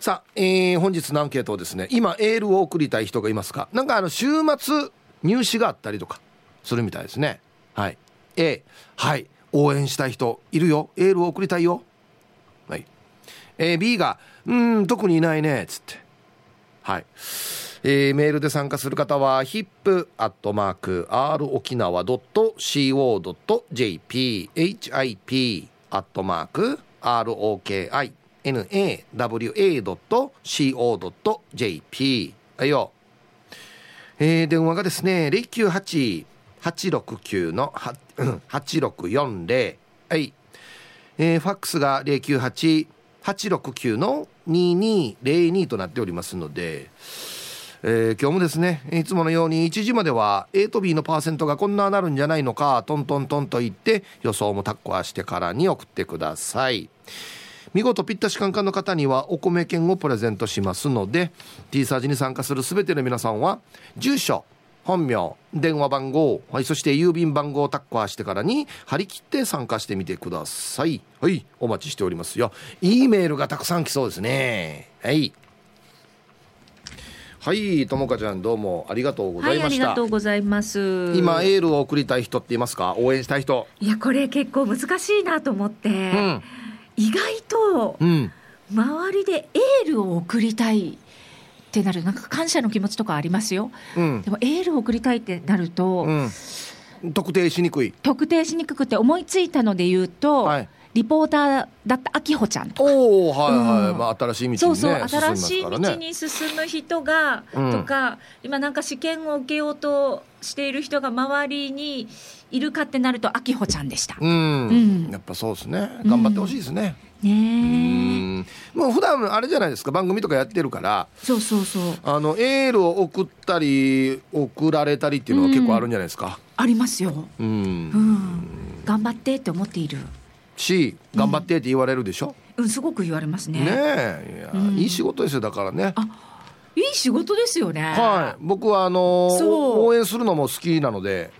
さあ、本日のアンケートをですね、今エールを送りたい人がいますか。なんか週末入試があったりとかするみたいですね。はい。はい、応援したい人いるよ、エールを送りたいよ。はい。B が特にいないねつって。はい。メールで参加する方は hip@rokinawa.co.jp hip@rokinawa.co.jp はいよ。電話がですね 098-869 の8640。はい。ファックスが 098-869 の2202となっておりますので、今日もですね、いつものように1時までは A と B のパーセントがこんななるんじゃないのかトントントンと言って予想もタッコアしてからに送ってください。見事ぴったしカンカンの方にはお米券をプレゼントしますので、 T サージに参加するすべての皆さんは住所、本名、電話番号、はい、そして郵便番号をタッコアしてからに張り切って参加してみてください。はい、お待ちしておりますよ。いいメールがたくさん来そうですね。はいはい、ともかちゃんどうもありがとうございました。 はい、ありがとうございます。 今エールを送りたい人っていますか。応援したい人。 いや、これ結構難しいなと思って、意外と周りでエールを送りたいってなる、なんか感謝の気持ちとかありますよ。でもエールを送りたいってなると、 特定しにくくて思いついたので言うと、はい、リポーターだったあきほちゃんとか、 新しい道にね、 そう新しい道に進む人が、とか今なんか試験を受けようとしている人が周りにいるかってなるとあきほちゃんでした。やっぱそうですね、頑張ってほしいですね。もう普段あれじゃないですか、番組とかやってるから、 そうエールを送ったり送られたりっていうのは結構あるんじゃないですか。 ありますよ。頑張ってって思っているし、頑張ってって言われるでしょ。 すごく言われますね。 いい仕事ですよ。だからね、 いい仕事ですよね。 はい、僕は応援するのも好きなので、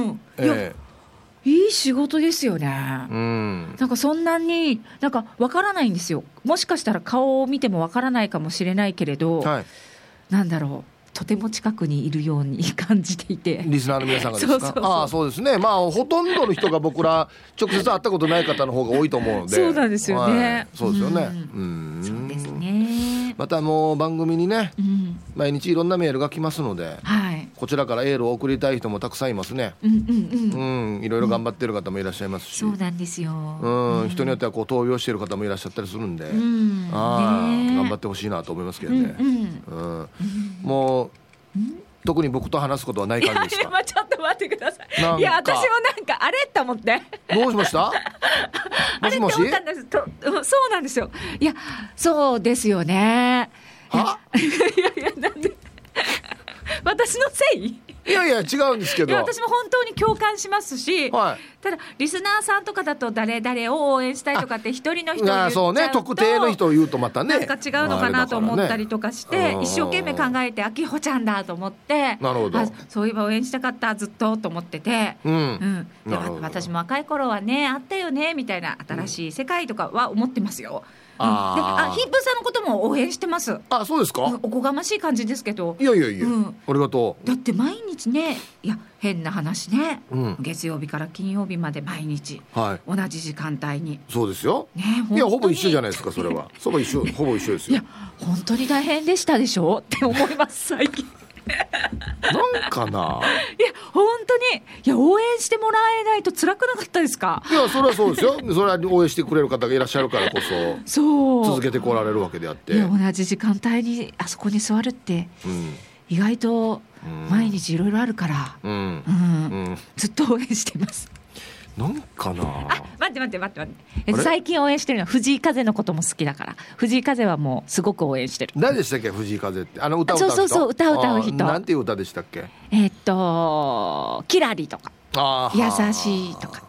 いい仕事ですよね。なんかそんなになんかわからないんですよ。もしかしたら顔を見てもわからないかもしれないけれど、なんだろう、とても近くにいるように感じていて。 リスナーの皆さんがですか。そうですね。ほとんどの人が僕ら直接会ったことない方の方が多いと思うので。 そうなんですよね。 そうですよね。 そうですね。 また番組にね、毎日いろんなメールが来ますので、こちらからエールを送りたい人もたくさんいますね。いろいろ頑張ってる方もいらっしゃいますし、 そうなんですよ。 人によっては闘病している方もいらっしゃったりするんで、頑張ってほしいなと思いますけどね。もう特に僕と話すことはない感じですか。 ちょっと待ってください。いや、私もなんかあれと思って。 どうしました？もしもし？ そうなんですよ。いや、そうですよね。いやなんで私のせい？ いや違うんですけど、 私も本当に共感しますし、ただリスナーさんとかだと誰々を応援したいとかって一人の人を言っちゃうと、 そうね、特定の人を言うとまたね、 なんか違うのかなと思ったりとかして、一生懸命考えてあきほちゃんだと思って、 なるほど、 そういえば応援したかったずっとと思ってて、で私も若い頃はねあったよねみたいな新しい世界とかは思ってますよ。ヒップさんのことも応援してます。 そうですか。 おこがましい感じですけど。 いや、ありがとう。 だって毎日ね、いや変な話ね、月曜日から金曜日まで毎日、同じ時間帯に。 そうですよ、いやほぼ一緒じゃないですか。それはほぼ一緒ですよ。 いや本当に大変でしたでしょって思います最近。 なんかな。 いや本当に、いや応援してもらえないと辛くなかったですか。 いやそれはそうですよ。それは応援してくれる方がいらっしゃるからこそ続けてこられるわけであって、 いや同じ時間帯にあそこに座るって、意外と毎日いろいろあるから、ずっと応援してます。 なんかな。 待って最近応援してるのは藤井風のことも好きだから、藤井風はもうすごく応援してる。 誰でしたっけ、藤井風って。歌う人。 そう歌う人。 なんていう歌でしたっけ。 キラリとか優しいとか。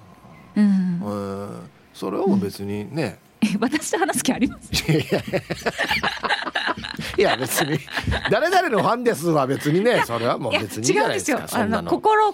それは別にね、 私と話す気あります。 いや別に誰々のファンですは別にね、それはもう別にいいじゃないですか。 違うんですよ。心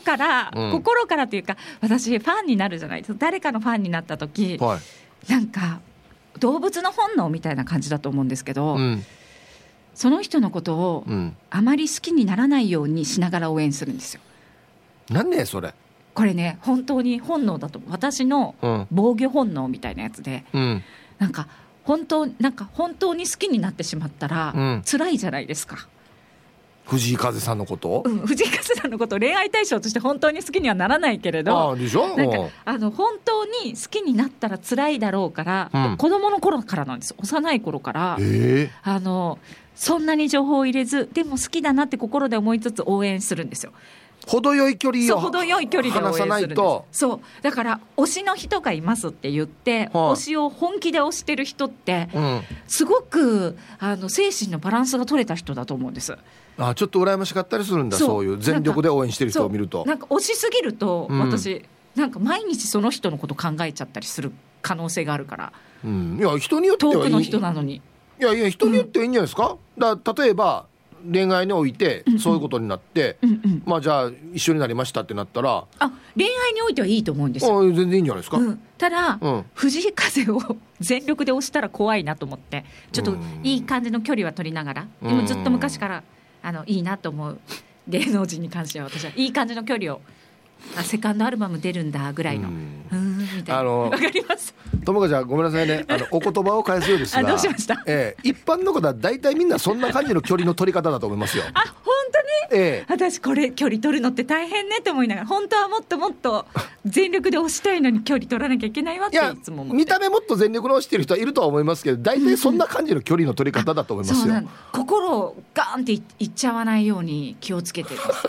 からというか、私ファンになるじゃないですか。誰かのファンになった時、なんか動物の本能みたいな感じだと思うんですけど、 うん、 その人のことをあまり好きにならないようにしながら応援するんですよ。 なんねそれ。 これね本当に本能だと、私の防御本能みたいなやつで、 うん、 なんか本当に好きになってしまったら辛いじゃないですか、 藤井風さんのこと、 藤井風さんのことを恋愛対象として本当に好きにはならないけれど、 でしょ、 なんか本当に好きになったら辛いだろうから、子供の頃からなんです。幼い頃から、そんなに情報を入れず、でも好きだなって心で思いつつ応援するんですよ。 程よい距離を程よい距離で応援するんです。 離さないと。 そうだから推しの人がいますって言って、推しを本気で推してる人って、すごく精神のバランスが取れた人だと思うんです。 ちょっと羨ましかったりするんだ。そういう全力で応援してる人を見ると、 なんか推しすぎると、私なんか毎日その人のこと考えちゃったりする可能性があるから、 いや人によってはいい、 遠くの人なのに、 いや人によってはいいんじゃないですか。例えば恋愛においてそういうことになって、じゃあ一緒になりましたってなったら、 恋愛においてはいいと思うんですよ。 全然いいんじゃないですか。 ただ、藤井風を全力で押したら怖いなと思って、ちょっといい感じの距離は取りながら、今ずっと昔からいいなと思う芸能人に関しては、私はいい感じの距離を、セカンドアルバム出るんだぐらいのみたいな、わかります。 友果ちゃんごめんなさいね、お言葉を返すようですがどうしました？ 一般の方は大体みんなそんな感じの距離の取り方だと思いますよ。 本当に、私これ距離取るのって大変ねと思いながら、本当はもっともっと全力で押したいのに距離取らなきゃいけないわっていつも思って。 見た目もっと全力で押してる人はいるとは思いますけど、大体そんな感じの距離の取り方だと思いますよ。 心をガーンっていっちゃわないように気をつけてます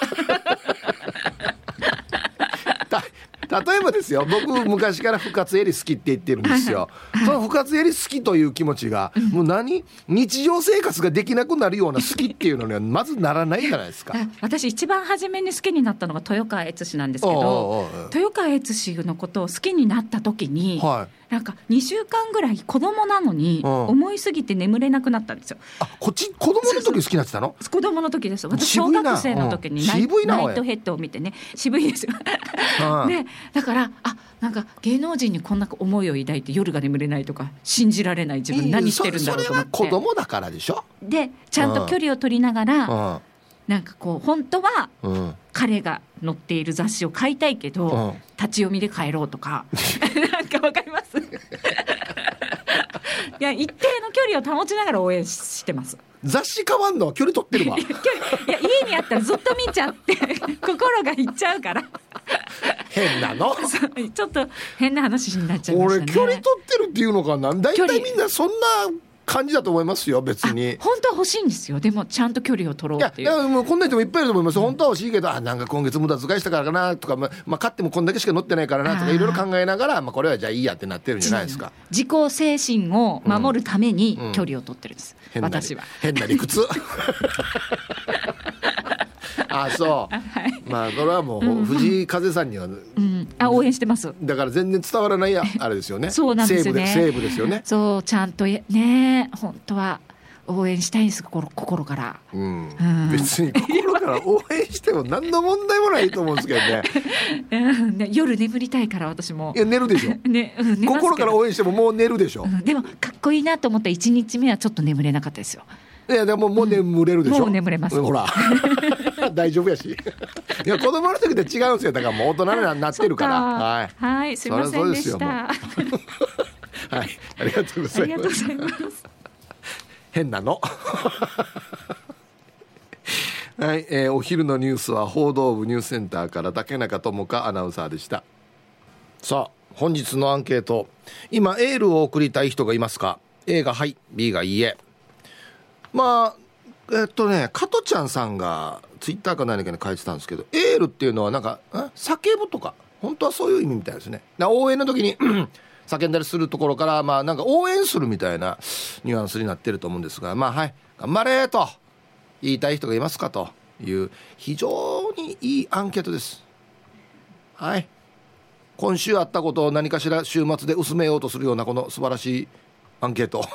例えばですよ、僕昔から深津絵里好きって言ってるんですよ。その深津絵里好きという気持ちが、もう日常生活ができなくなるような好きっていうのにはまずならないじゃないですか。 私一番初めに好きになったのが豊川悦司なんですけど、豊川悦司のことを好きになった時に、なんか2週間ぐらい子供なのに思いすぎて眠れなくなったんですよ。 子供の時好きになってたの？ 子供の時です。私小学生の時にナイトヘッドを見てね、渋いですよでだからなんか芸能人にこんな思いを抱いて夜が眠れないとか信じられない自分何してるんだろうと思って。 それは子供だからでしょ。 でちゃんと距離を取りながら、なんかこう本当は彼が載っている雑誌を買いたいけど、立ち読みで帰ろうとかなんかわかりますいや一定の距離を保ちながら応援してます。 雑誌買わんのは距離取ってるわいや家にあったらずっと見ちゃって心がいっちゃうから変なのちょっと変な話になっちゃいましたね。 俺距離取ってるっていうのかな。大体みんなそんな感じだと思いますよ。別に本当は欲しいんですよ。でもちゃんと距離を取ろうっていう。 いやもうこんな人もいっぱいいると思います。本当は欲しいけど、なんか今月無駄遣いしたからかなとか、買ってもこんだけしか載ってないからなとかいろいろ考えながら、これはじゃあいいやってなってるんじゃないですか。 自己精神を守るために距離を取ってるんです、私は。 変な理屈そう、それはもう藤井風さんには、 応援してます。 だから全然伝わらないあれですよね。 そうなんですよね。 西部ですよね。 そうちゃんとね本当は応援したいんです。心から、 別に心から応援しても何の問題もないと思うんですけどね夜眠りたいから私も。 いや寝るでしょ、心から応援してももう寝るでしょ、でもかっこいいなと思った1日目はちょっと眠れなかったですよ。 いやでももう眠れるでしょ、 もう眠れます。 ほら大丈夫やしいや子供の時って違うんですよ。だからもう大人になってるから。 はい、すいませんでしたはいありがとうございます変なのはい、お昼のニュースは報道部ニュースセンターから竹中智香アナウンサーでした。さあ本日のアンケート、今エールを送りたい人がいますか？ A がはい、 B がいいえ。加トちゃんさんがツイッターか何かに書いてたんですけど、エールっていうのはなんか叫ぶとか本当はそういう意味みたいですね。応援の時に叫んだりするところからなんか応援するみたいなニュアンスになってると思うんですが、はい頑張れと言いたい人がいますかという非常にいいアンケートです。はい、今週あったことを何かしら週末で薄めようとするようなこの素晴らしいアンケート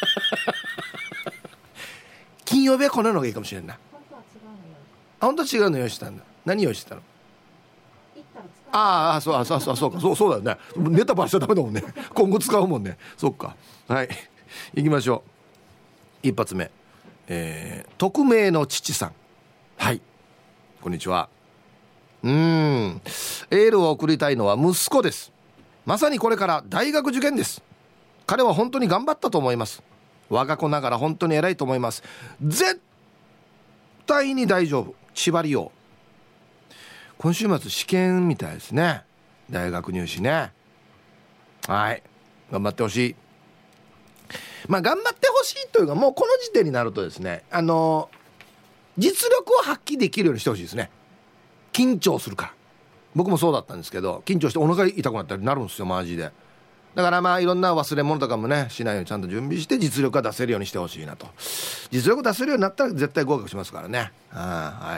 金曜日はこんなのがいいかもしれんな。本当は違うの用意したんだ。何用意してたの？ ああ、そうか、そうだよね。ネタバレしちゃダメだもんね。今後使うもんね。そっか。はい。行きましょう。一発目。匿名の父さん。はい。こんにちは。エールを送りたいのは息子です。まさにこれから大学受験です。彼は本当に頑張ったと思います。我が子ながら本当に偉いと思います。絶対に大丈夫。縛りよう。今週末試験みたいですね。大学入試ね。はい、頑張ってほしい。まあ頑張ってほしいというか、もうこの時点になるとですね、実力を発揮できるようにしてほしいですね。緊張するから。僕もそうだったんですけど、緊張してお腹痛くなったりなるんですよ、マジで。だからまあいろんな忘れ物とかもねしないようにちゃんと準備して実力が出せるようにしてほしいなと。実力出せるようになったら絶対合格しますからね。はい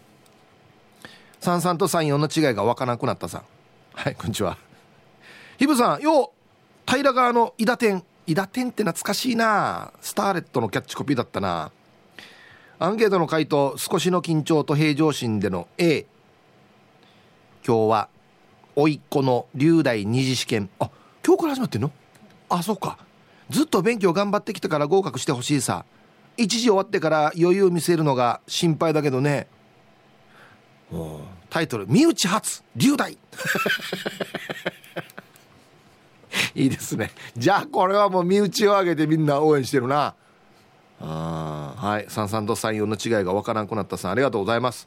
。33と34の違いが分からなくなったさん。はい、こんにちは。ヒブさん、平川の伊田店って懐かしいな。スターレットのキャッチコピーだったな。アンケートの回答、少しの緊張と平常心での A。 今日は甥っ子の龍大二次試験。あ、今日から始まってんの？あ、そうか。ずっと勉強頑張ってきたから合格してほしいさ。一時終わってから余裕見せるのが心配だけどね。タイトル、身内初龍大いいですね。じゃあこれはもう身内を挙げてみんな応援してるな。はい。33と34の違いが分からなくなったさん、ありがとうございます。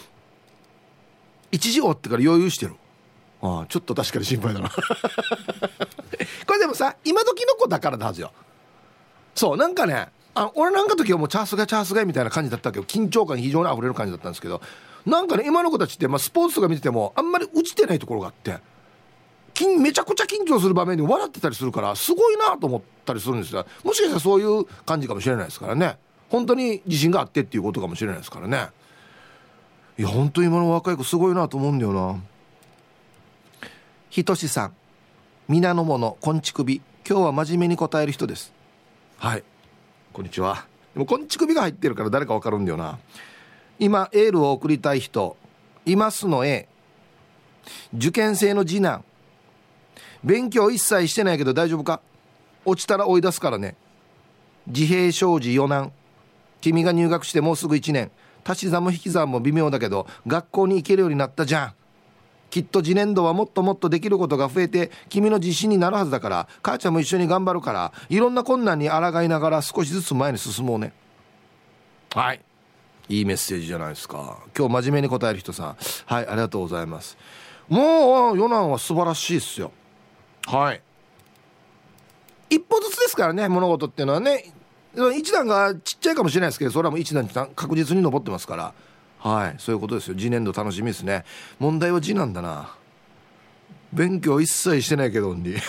一時終わってから余裕してる。ちょっと確かに心配だなこれでもさ、今時の子だからだはずよ。そうなんかね、俺なんか時はもうチャースガイみたいな感じだったけど、緊張感非常に溢れる感じだったんですけど、なんかね今の子たちって、スポーツとか見ててもあんまり打ちてないところがあって、めちゃくちゃ緊張する場面で笑ってたりするから、すごいなと思ったりするんですが、もしかしたらそういう感じかもしれないですからね。本当に自信があってっていうことかもしれないですからね。いや本当に今の若い子すごいなと思うんだよな。ひとしさん、皆の者こんちくび、今日は真面目に答える人です。はい、こんにちは。でもこんちくびが入ってるから誰かわかるんだよな。今エールを送りたい人いますの。 A、 受験生の次男、勉強一切してないけど大丈夫か、落ちたら追い出すからね。自閉症児四男、君が入学してもうすぐ1年、足し算も引き算も微妙だけど学校に行けるようになったじゃん。きっと次年度はもっともっとできることが増えて君の自信になるはずだから、母ちゃんも一緒に頑張るから、いろんな困難に抗いながら少しずつ前に進もうね。はい、いいメッセージじゃないですか。今日真面目に答える人さん、はい、ありがとうございます。もうヨナンは素晴らしいっすよ。はい、一歩ずつですからね、物事っていうのはね。一段がちっちゃいかもしれないですけど、それはもう一段確実に上ってますから、はい、そういうことですよ。次年度楽しみですね。問題は次男だな。勉強一切してないけどに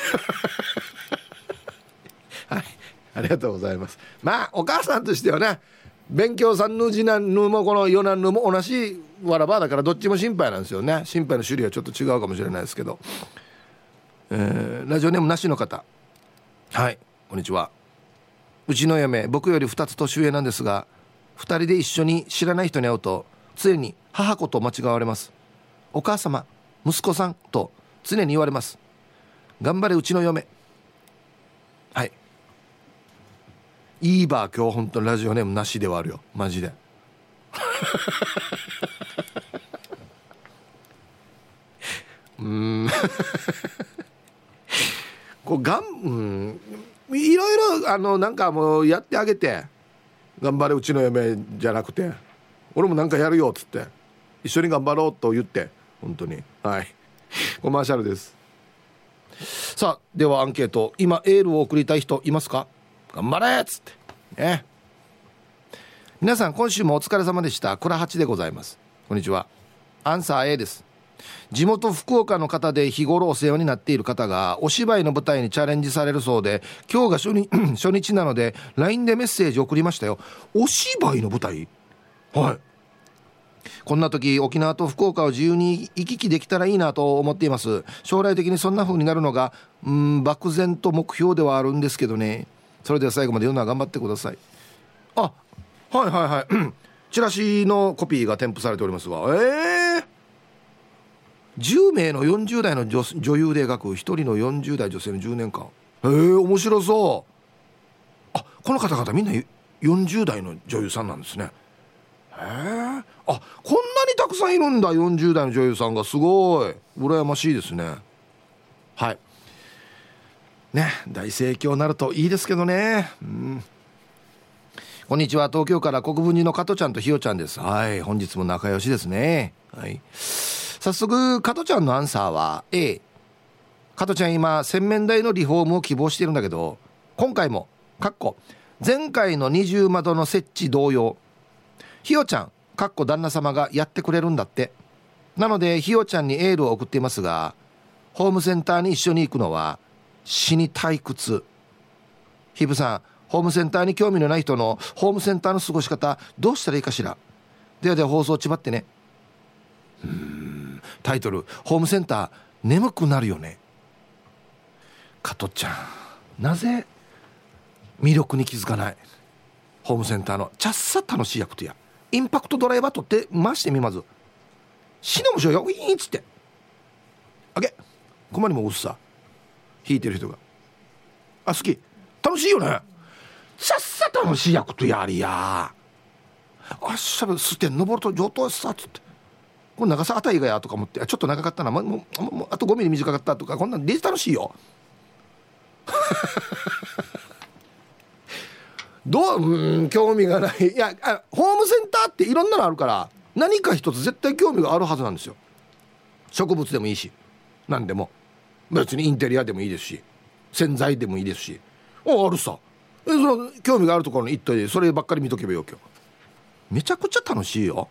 はい、ありがとうございます。まあお母さんとしてはね、勉強さんの次男のもこの四男のも同じわらばだから、どっちも心配なんですよね。心配の種類はちょっと違うかもしれないですけど、ラジオネームなしの方、はい、こんにちは。うちの嫁、僕より2つ年上なんですが、2人で一緒に知らない人に会うと常に母子と間違われます。お母様、息子さんと常に言われます。頑張れうちの嫁。はい、いいば今日本当にラジオネームなしではあるよ、マジでこういろいろなんかもうやってあげて、頑張れうちの嫁じゃなくて、俺もなんかやるよっつって一緒に頑張ろうと言って、本当に。はい、コマーシャルです。さあではアンケート、今エールを送りたい人いますか。頑張れっつってね。皆さん今週もお疲れ様でした。倉八でございます。こんにちは。アンサー A です。地元福岡の方で日頃お世話になっている方がお芝居の舞台にチャレンジされるそうで、今日が初日なので LINE でメッセージ送りましたよ。お芝居の舞台、はい、こんな時沖縄と福岡を自由に行き来できたらいいなと思っています。将来的にそんな風になるのが漠然と目標ではあるんですけどね。それでは最後まで読むのは頑張ってください。あ、はいはいはいチラシのコピーが添付されておりますわ。 10名の40代の女優で描く1人の40代女性の10年間。面白そう。この方々みんな40代の女優さんなんですね。こんなにたくさんいるんだ。40代の女優さんがすごい羨ましいですね。はいね、大盛況になるといいですけどね。こんにちは、東京から国分寺の加トちゃんとひよちゃんです。はい、本日も仲良しですね。はい、早速加トちゃんのアンサーは A。 加トちゃん今洗面台のリフォームを希望しているんだけど、今回も前回の二重窓の設置同様、ひよちゃん旦那様がやってくれるんだって。なのでひよちゃんにエールを送っていますが、ホームセンターに一緒に行くのは死に退屈。ヒブさん、ホームセンターに興味のない人のホームセンターの過ごし方どうしたらいいかしら。では放送ちばってね。タイトル、ホームセンター眠くなるよね。加トちゃん、なぜ魅力に気づかない。ホームセンターのちゃっさ楽しい役とやインパクトドライバー取って回してみ。まず死のむしょよ、ウィーンっつってあげ困りもうっさ弾いてる人が好き、楽しいよね。ちゃっさ楽しい役とやりやしゃべすって登ると上等さっつって、これ長さあたりがやとか思って、ちょっと長かったな、もうあと5ミリ短かったとか、こんなんデジ楽しいよ興味がない。いや、ホームセンターっていろんなのあるから何か一つ絶対興味があるはずなんですよ。植物でもいいし、何でも別にインテリアでもいいですし、洗剤でもいいですし、あるさ。その興味があるところに行っといてそればっかり見とけばよ。今日めちゃくちゃ楽しいよ。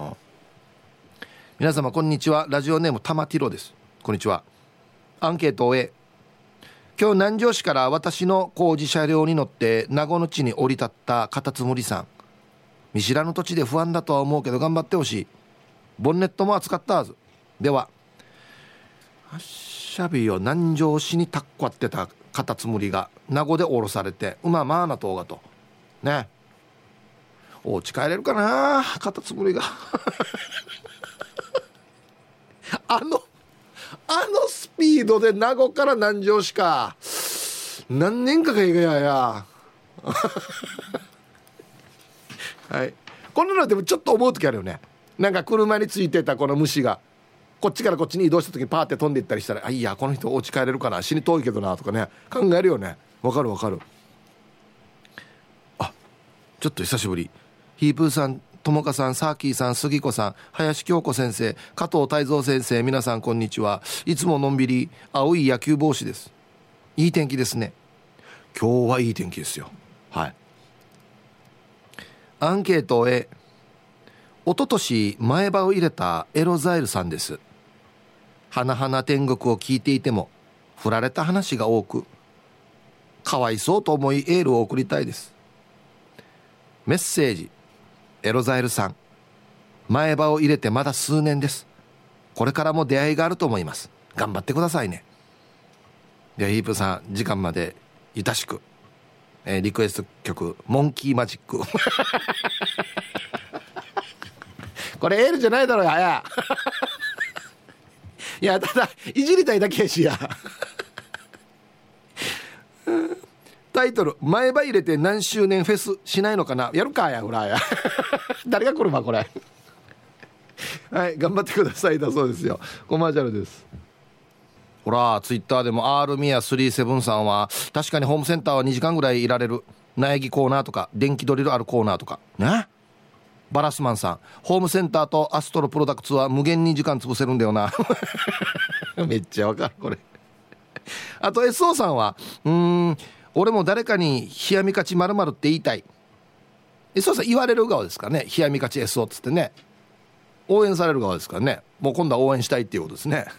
皆様こんにちは。ラジオネームたまティロです。こんにちは。アンケートを終え、今日南城市から私の工事車両に乗って名護の地に降り立ったカタツムリさん。見知らぬ土地で不安だとは思うけど頑張ってほしい。ボンネットも扱ったはず。ではしゃべよ、南城市にタッコってたカタツムリが名護で降ろされてまあなとがとね、お家帰れるかなカタツムリがあのスピードで名護から南城市か、何年かがいがやはい、こんなのでもちょっと思う時あるよね。なんか車についてたこの虫がこっちからこっちに移動した時にパーって飛んでいったりしたら、いやこの人お家帰れるかな、死に遠いけどなとかね、考えるよね。わかる。ちょっと久しぶり。ヒープーさん、ともかさん、サーキーさん、杉子さん、林京子先生、加藤泰造先生、皆さんこんにちは。いつものんびり青い野球帽子です。いい天気ですね。今日はいい天気ですよ。はい。アンケートへ、おととし前歯を入れたエロザイルさんです。花々天国を聞いていても振られた話が多く、かわいそうと思いエールを送りたいです。メッセージ、エロザイルさん、前歯を入れてまだ数年です。これからも出会いがあると思います。頑張ってくださいね。ではヒープさん、時間までいたしく、リクエスト曲モンキーマジックこれエールじゃないだろやいや、ただいじりたいだけやしやタイトル、前歯入れて何周年フェスしないのかな。やるかやほらや誰が来るわこれはい、頑張ってくださいだそうですよ。コマーシャルです。ほらツイッターでも R ミヤ37さんは、確かにホームセンターは2時間ぐらいいられる。苗木コーナーとか電気ドリルあるコーナーとかね。バラスマンさん、ホームセンターとアストロプロダクツは無限に時間潰せるんだよなめっちゃわかるこれあと SO さんは、俺も誰かに冷やみ勝ち〇〇って言いたい。 SO さん言われる側ですかね。冷やみ勝ち SO っつってね、応援される側ですからね。もう今度は応援したいっていうことですね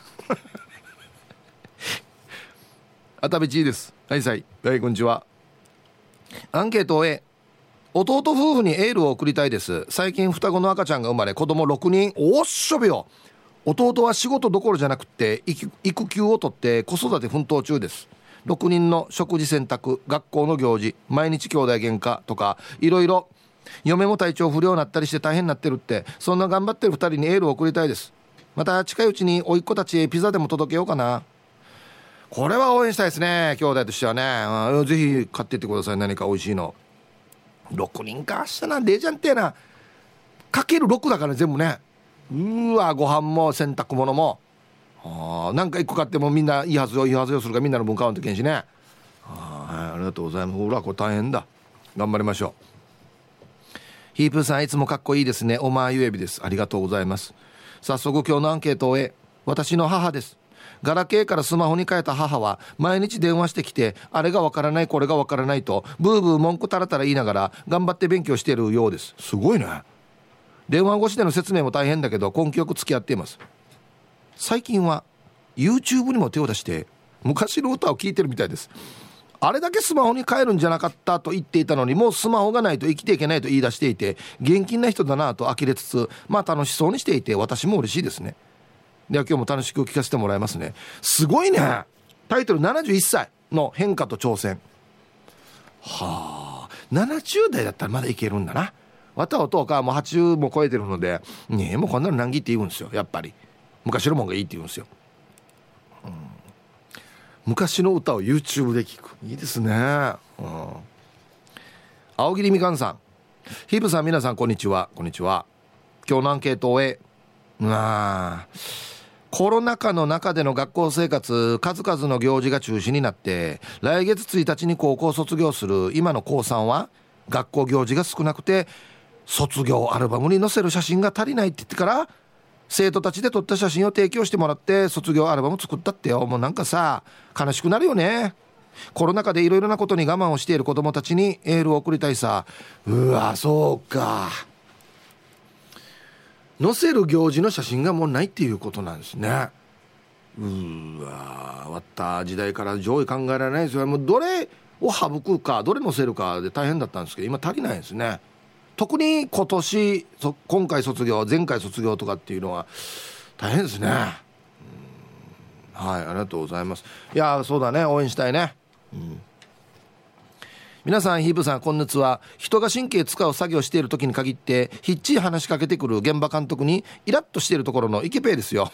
あたべちーです。はいさい、はい、こんにちは。アンケートを終え、弟夫婦にエールを送りたいです。最近双子の赤ちゃんが生まれ子供6人。おっしょべよ。弟は仕事どころじゃなくて育休を取って子育て奮闘中です。6人の食事選択、学校の行事、毎日兄弟喧嘩とかいろいろ。嫁も体調不良になったりして大変になってるって。そんな頑張ってる2人にエールを送りたいです。 また近いうちに甥っ子たちへピザでも届けようかな。これは応援したいですね、兄弟としてはね。ぜひ買ってってください、何か美味しいの。6人かしたな、レジャンってなかける6だから、ね、全部ね。うわ、ご飯も洗濯物もなんか1個買ってもみんないいはずよするから、みんなの分買わんといけんしね。ありがとうございます。ほらこれ大変だ、頑張りましょう。ヒープーさん、いつもかっこいいですね。おまゆえびです。ありがとうございます。早速今日のアンケートを私の母です。ガラケーからスマホに変えた母は毎日電話してきて、あれがわからないこれがわからないとブーブー文句たらたら言いながら頑張って勉強しているようです。すごいね。電話越しでの説明も大変だけど根気よく付き合っています。最近は YouTube にも手を出して昔の歌を聴いてるみたいです。あれだけスマホに変えるんじゃなかったと言っていたのに、もうスマホがないと生きていけないと言い出していて、現金な人だなと呆れつつ、まあ楽しそうにしていて、私も嬉しいですね。では今日も楽しく聞かせてもらいますね。すごいね。タイトル71歳の変化と挑戦。はあ、70代だったらまだいけるんだな。わたおとかもう80も超えてるので、ねえ、もうこんなの難儀って言うんですよ。やっぱり昔のもんがいいって言うんですよ。昔の歌を YouTube で聞く、いいですね。青桐みかんさん、ヒープさん、皆さんこんにちは。こんにちは。今日のアンケートをコロナ禍の中での学校生活、数々の行事が中止になって来月1日に高校卒業する今の高3は、学校行事が少なくて卒業アルバムに載せる写真が足りないって言ってから、生徒たちで撮った写真を提供してもらって卒業アルバム作ったってよ。もうなんかさ、悲しくなるよね。コロナ禍でいろいろなことに我慢をしている子どもたちにエールを送りたいさ。うわ、そうか、載せる行事の写真がもうないっていうことなんですね。うわ、終わった時代から上位考えられないですよ。もうどれを省くかどれ載せるかで大変だったんですけど、今足りないですね。特に今回卒業前回卒業とかっていうのは大変ですね。はい、ありがとうございます。いや、そうだね、応援したいね。皆さん、ヒープさん、こんにちは。人が神経使う作業している時に限ってひっちり話しかけてくる現場監督にイラッとしているところのイケペイですよ。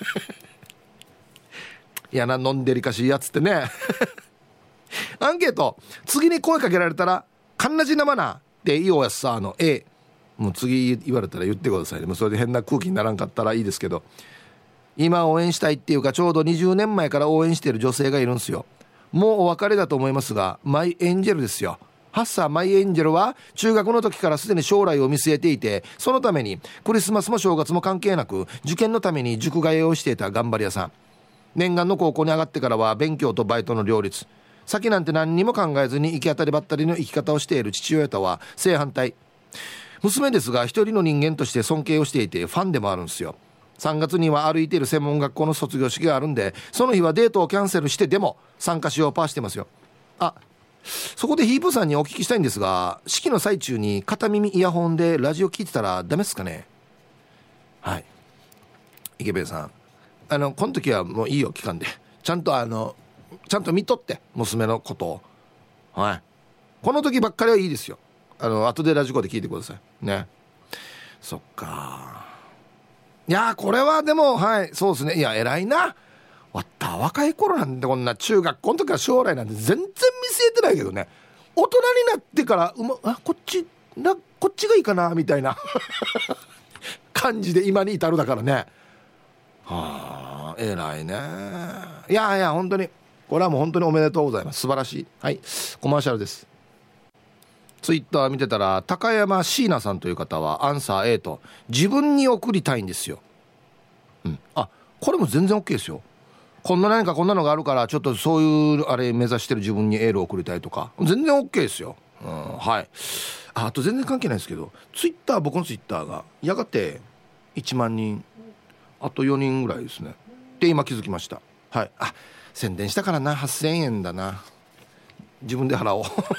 いやな、飲んでりかしいやつってね。アンケート、次に声かけられたらカンナジなまなっていいおやつさの A。 もう次言われたら言ってくださいね。もうそれで変な空気にならんかったらいいですけど、今応援したいっていうか、ちょうど20年前から応援している女性がいるんですよ。もうお別れだと思いますが、マイエンジェルですよ。ハッサーマイエンジェルは中学の時からすでに将来を見据えていて、そのためにクリスマスも正月も関係なく受験のために塾通いをしていた頑張り屋さん。念願の高校に上がってからは勉強とバイトの両立、先なんて何にも考えずに行き当たりばったりの生き方をしている父親とは正反対。娘ですが一人の人間として尊敬をしていてファンでもあるんですよ。3月には歩いている専門学校の卒業式があるんで、その日はデートをキャンセルしてでも参加しようパーしてますよ。そこでヒープさんにお聞きしたいんですが、式の最中に片耳イヤホンでラジオ聞いてたらダメですかね。はい、池部さん、この時はもういいよ、聞かんでちゃんと見とって娘のことを。はい、この時ばっかりはいいですよ。後でラジコで聞いてくださいね。そっか。いやこれはでも、はい、そうですね。いや偉いな。若い頃なんてこんな中学校の時は将来なんて全然見据えてないけどね、大人になってからこっちがいいかなみたいな感じで今に至るだからね。はあ、偉いね。いや本当にこれはもう本当におめでとうございます。素晴らしい。はい、コマーシャルです。ツイッター見てたら高山椎名さんという方はアンサー A と自分に送りたいんですよ。これも全然 OK ですよ。何かこんなのがあるからちょっとそういうあれ目指してる自分にエールを送りたいとか全然 OK ですよ。はい。あと全然関係ないですけど、僕のツイッターがやがて1万人、あと4人ぐらいですねって今気づきました。はい。宣伝したからな、8000円だな、自分で払おう。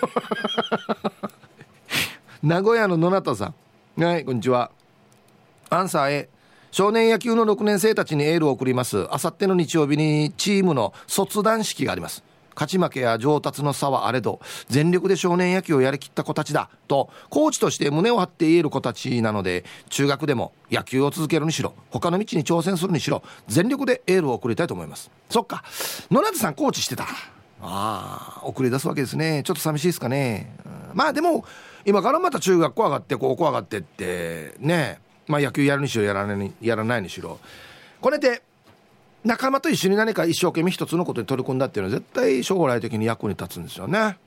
名古屋の野中さん、はい、こんにちは。アンサー A、 少年野球の6年生たちにエールを送ります。あさっての日曜日にチームの卒団式があります。 勝ち負けや上達の差はあれど全力で少年野球をやりきった子たちだとコーチとして胸を張って言える子たちなので、中学でも野球を続けるにしろ他の道に挑戦するにしろ全力でエールを送りたいと思います。そっか、野良さんコーチしてた。送り出すわけですね。ちょっと寂しいですかね。まあでも今からまた中学校上がって高校上がってってね、まあ野球やるにしろやらないにしろ、これで仲間と一緒に何か一生懸命一つのことに取り組んだっていうのは絶対将来的に役に立つんですよね。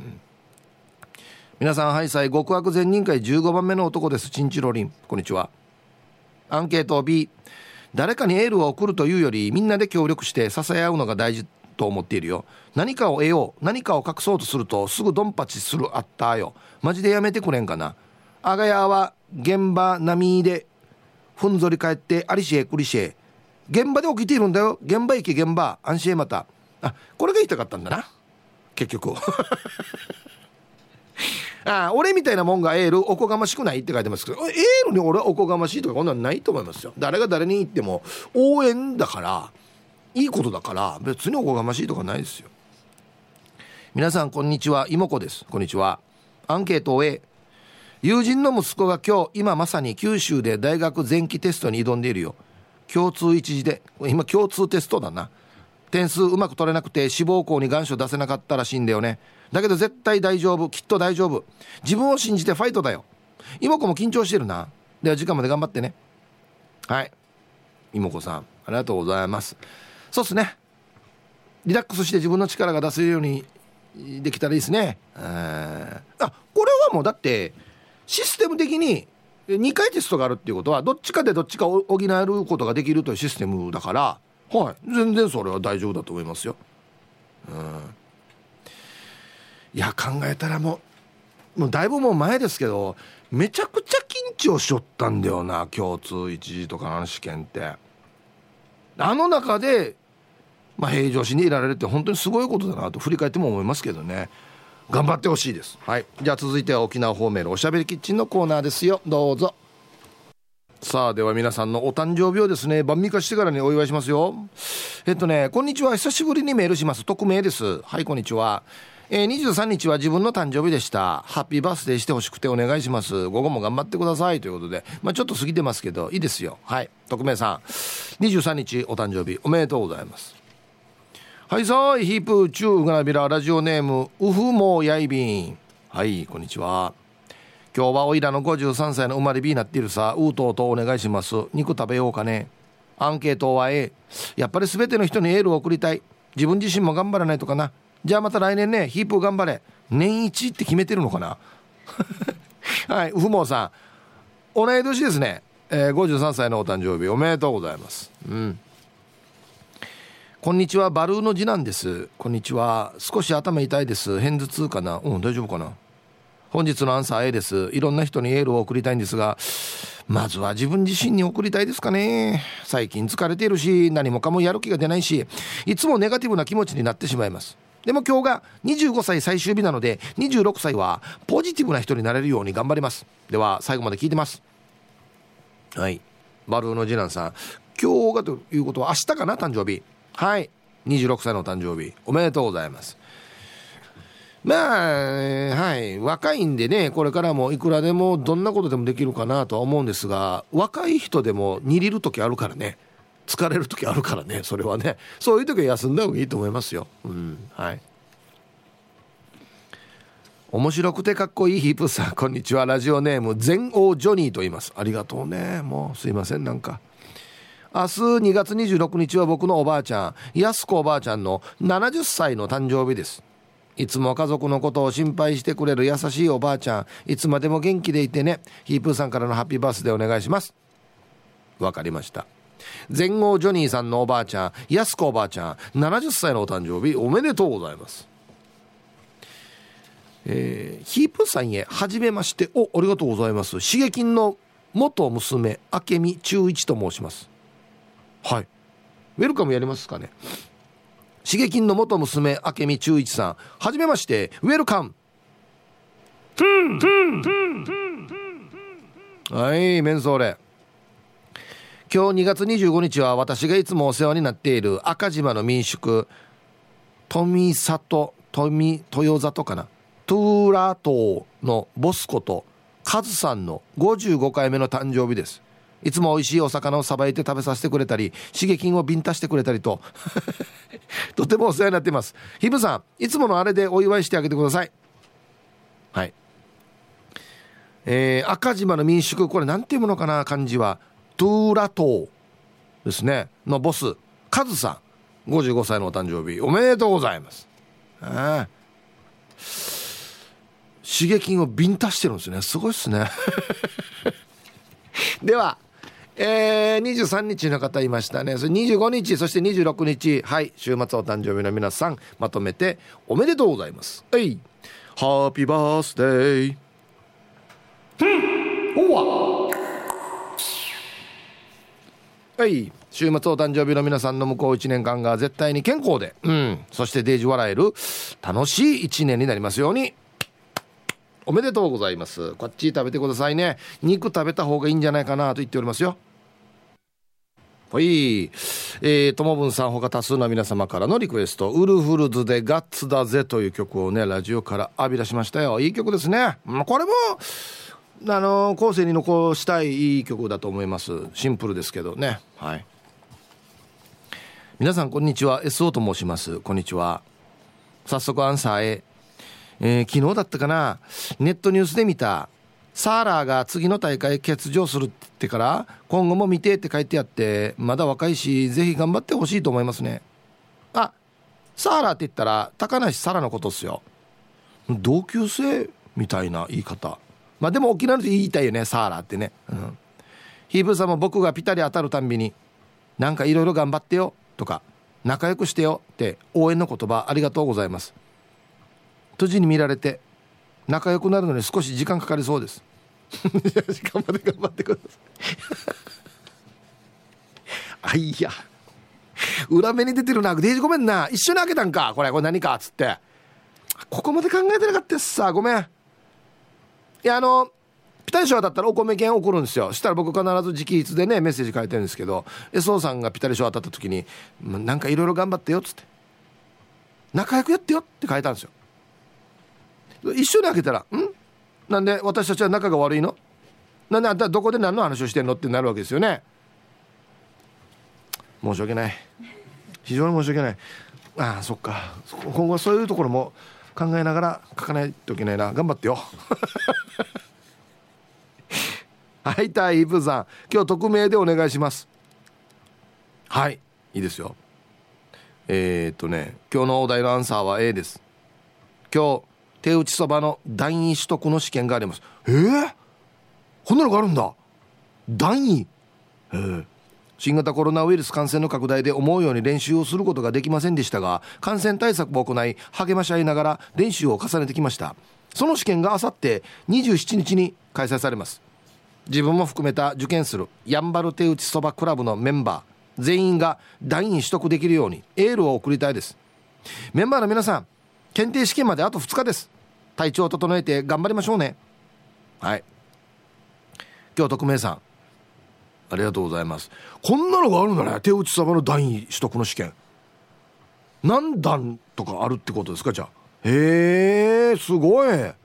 皆さん、ハイサイ極悪善人会15番目の男です。チンチロリン、こんにちは。アンケート B、 誰かにエールを送るというよりみんなで協力して支え合うのが大事と思っているよ。何かを得よう、何かを隠そうとするとすぐドンパチするあったよ。マジでやめてくれんかな。アガヤは現場並みでふんぞり返ってありしえくりしえ、現場で起きているんだよ。現場行け現場安心へまた。これが言いたかったんだな結局俺みたいなもんがエールおこがましくないって書いてますけど、エールに俺はおこがましいとかこんなんないと思いますよ。誰が誰に言っても応援だからいいことだから別におこがましいとかないですよ。皆さんこんにちは、妹子です。こんにちは。アンケートを A、 友人の息子が今まさに九州で大学前期テストに挑んでいるよ。共通一次で、今共通テストだな。点数うまく取れなくて志望校に願書出せなかったらしいんだよね。だけど絶対大丈夫、きっと大丈夫。自分を信じてファイトだよ。妹子も緊張してるな。では時間まで頑張ってね。はい、妹子さんありがとうございます。そうっすね、リラックスして自分の力が出せるようにできたらいいですね。これはもうだってシステム的に2回テストがあるっていうことはどっちかでどっちかを補えることができるというシステムだから、全然それは大丈夫だと思いますよ。いや考えたらもうだいぶもう前ですけどめちゃくちゃ緊張しよったんだよな、共通一次とかの試験って。中で平常心にいられるって本当にすごいことだなと振り返っても思いますけどね。頑張ってほしいです。はい、じゃあ続いては沖縄方面のおしゃべりキッチンのコーナーですよ。どうぞ。さあでは皆さんのお誕生日をですね晩御飯してからにお祝いしますよ。こんにちは、久しぶりにメールします。匿名です。はい、こんにちは。23日は自分の誕生日でした。ハッピーバースデーしてほしくてお願いします。午後も頑張ってくださいということで、ちょっと過ぎてますけどいいですよ。はい、匿名さん23日お誕生日おめでとうございます。はいさーい、ヒープーチューガナビラ、ラジオネームウフモーヤイビン。はい、こんにちは。今日はおいらの53歳の生まれ日になっているさ。うとうとお願いします。肉食べようかね。アンケートは A、 やっぱり全ての人にエールを送りたい。自分自身も頑張らないとかな。じゃあまた来年ね、ヒープー頑張れ。年一って決めてるのかなはい、ウフモーさん同い年ですね。53歳のお誕生日おめでとうございます。こんにちは、バルーの次男です。こんにちは。少し頭痛いです。片頭痛かな。大丈夫かな。本日のアンサー A です。いろんな人にエールを送りたいんですが、まずは自分自身に送りたいですかね。最近疲れているし何もかもやる気が出ないし、いつもネガティブな気持ちになってしまいます。でも今日が25歳最終日なので26歳はポジティブな人になれるように頑張ります。では最後まで聞いてます。はい、バルーの次男さん、今日がということは明日かな、誕生日。はい、26歳の誕生日おめでとうございます。はい、若いんでね、これからもいくらでもどんなことでもできるかなとは思うんですが、若い人でも煮りる時あるからね、疲れる時あるからね、それはね、そういう時は休んだ方がいいと思いますよ。はい、面白くてかっこいいヒープさん、こんにちは。ラジオネーム全王ジョニーと言います。ありがとうね。もうすいません。なんか明日2月26日は僕のおばあちゃん、安子おばあちゃんの70歳の誕生日です。いつも家族のことを心配してくれる優しいおばあちゃん、いつまでも元気でいてね。ヒープーさんからのハッピーバースデーお願いします。わかりました。全王ジョニーさんのおばあちゃん、安子おばあちゃん70歳のお誕生日おめでとうございます。ヒープーさんへはじめまして。ありがとうございます。しげきんの元娘明美中一と申します。はい、ウェルカムやりますかね。しげきんの元娘明美中一さん、はじめまして、ウェルカム。はい、メンソーレ。今日2月25日は私がいつもお世話になっている赤島の民宿富豊里かな、トゥーラ島のボスことカズさんの55回目の誕生日です。いつも美味しいお魚をさばいて食べさせてくれたり、刺激をビンタしてくれたりととてもお世話になっています。ヒブさん、いつものあれでお祝いしてあげてください。はい。赤島の民宿、これなんていうものかな、漢字はトゥーラ島ですねのボスカズさん、55歳のお誕生日おめでとうございます。刺激をビンタしてるんですね。すごいですねでは、23日の方いましたね。それ25日、そして26日、はい、週末お誕生日の皆さんまとめておめでとうございます。はい、ハッピーバースデー。はい、週末お誕生日の皆さんの向こう1年間が絶対に健康で、そしてデージ笑える楽しい1年になりますように。おめでとうございます。こっち食べてくださいね。肉食べた方がいいんじゃないかなと言っておりますよ。はい、ともぶんさんほか多数の皆様からのリクエスト、ウルフルズでガッツだぜという曲をね、ラジオから浴び出しましたよ。いい曲ですね。これも後世に残したいいい曲だと思います。シンプルですけどね。はい、皆さんこんにちは、 SO と申します。こんにちは。早速アンサーへ。昨日だったかな、ネットニュースで見たサーラーが次の大会欠場するってから今後も見てって書いてあって、まだ若いしぜひ頑張ってほしいと思いますね。あ、サーラーって言ったら高梨沙羅のことっすよ。同級生みたいな言い方。まあでも沖縄で言いたいよね、サーラーってね。ヒーブーさんも僕がピタリ当たるたんびになんかいろいろ頑張ってよとか仲良くしてよって応援の言葉ありがとうございます。閉じに見られて仲良くなるのに少し時間かかりそうです頑張ってくださいあ、いや裏目に出てるな。デージごめんな、一緒に開けたんかこれ何かっつってここまで考えてなかったっすさ、ごめん。いやピタリ賞だったらお米券送るんですよ。したら僕必ず直筆でねメッセージ書いてるんですけど、 SO さんがピタリ賞当たった時になんかいろいろ頑張ってよっつって仲良くやってよって書いたんですよ。一緒に開けたらなんで私たちは仲が悪いの、なんであんたどこで何の話をしてんのってなるわけですよね。申し訳ない、非常に申し訳ない。ああそっか、今後はそういうところも考えながら書かないといけないな。頑張ってよはい、タイイブさん今日匿名でお願いします。はい、いいですよ。今日のお題のアンサーは A です。今日手打ちそばの段位取得の試験があります。こんなのがあるんだ、段位。新型コロナウイルス感染の拡大で思うように練習をすることができませんでしたが、感染対策を行い励まし合いながら練習を重ねてきました。その試験があさって27日に開催されます。自分も含めた受験するやんばる手打ちそばクラブのメンバー全員が段位取得できるようにエールを送りたいです。メンバーの皆さん、検定試験まであと2日です。体調を整えて頑張りましょうね。はい、今日匿名さんありがとうございます。こんなのがあるんだね、手打ちそばの段位取得の試験。何段とかあるってことですか。じゃあすごい。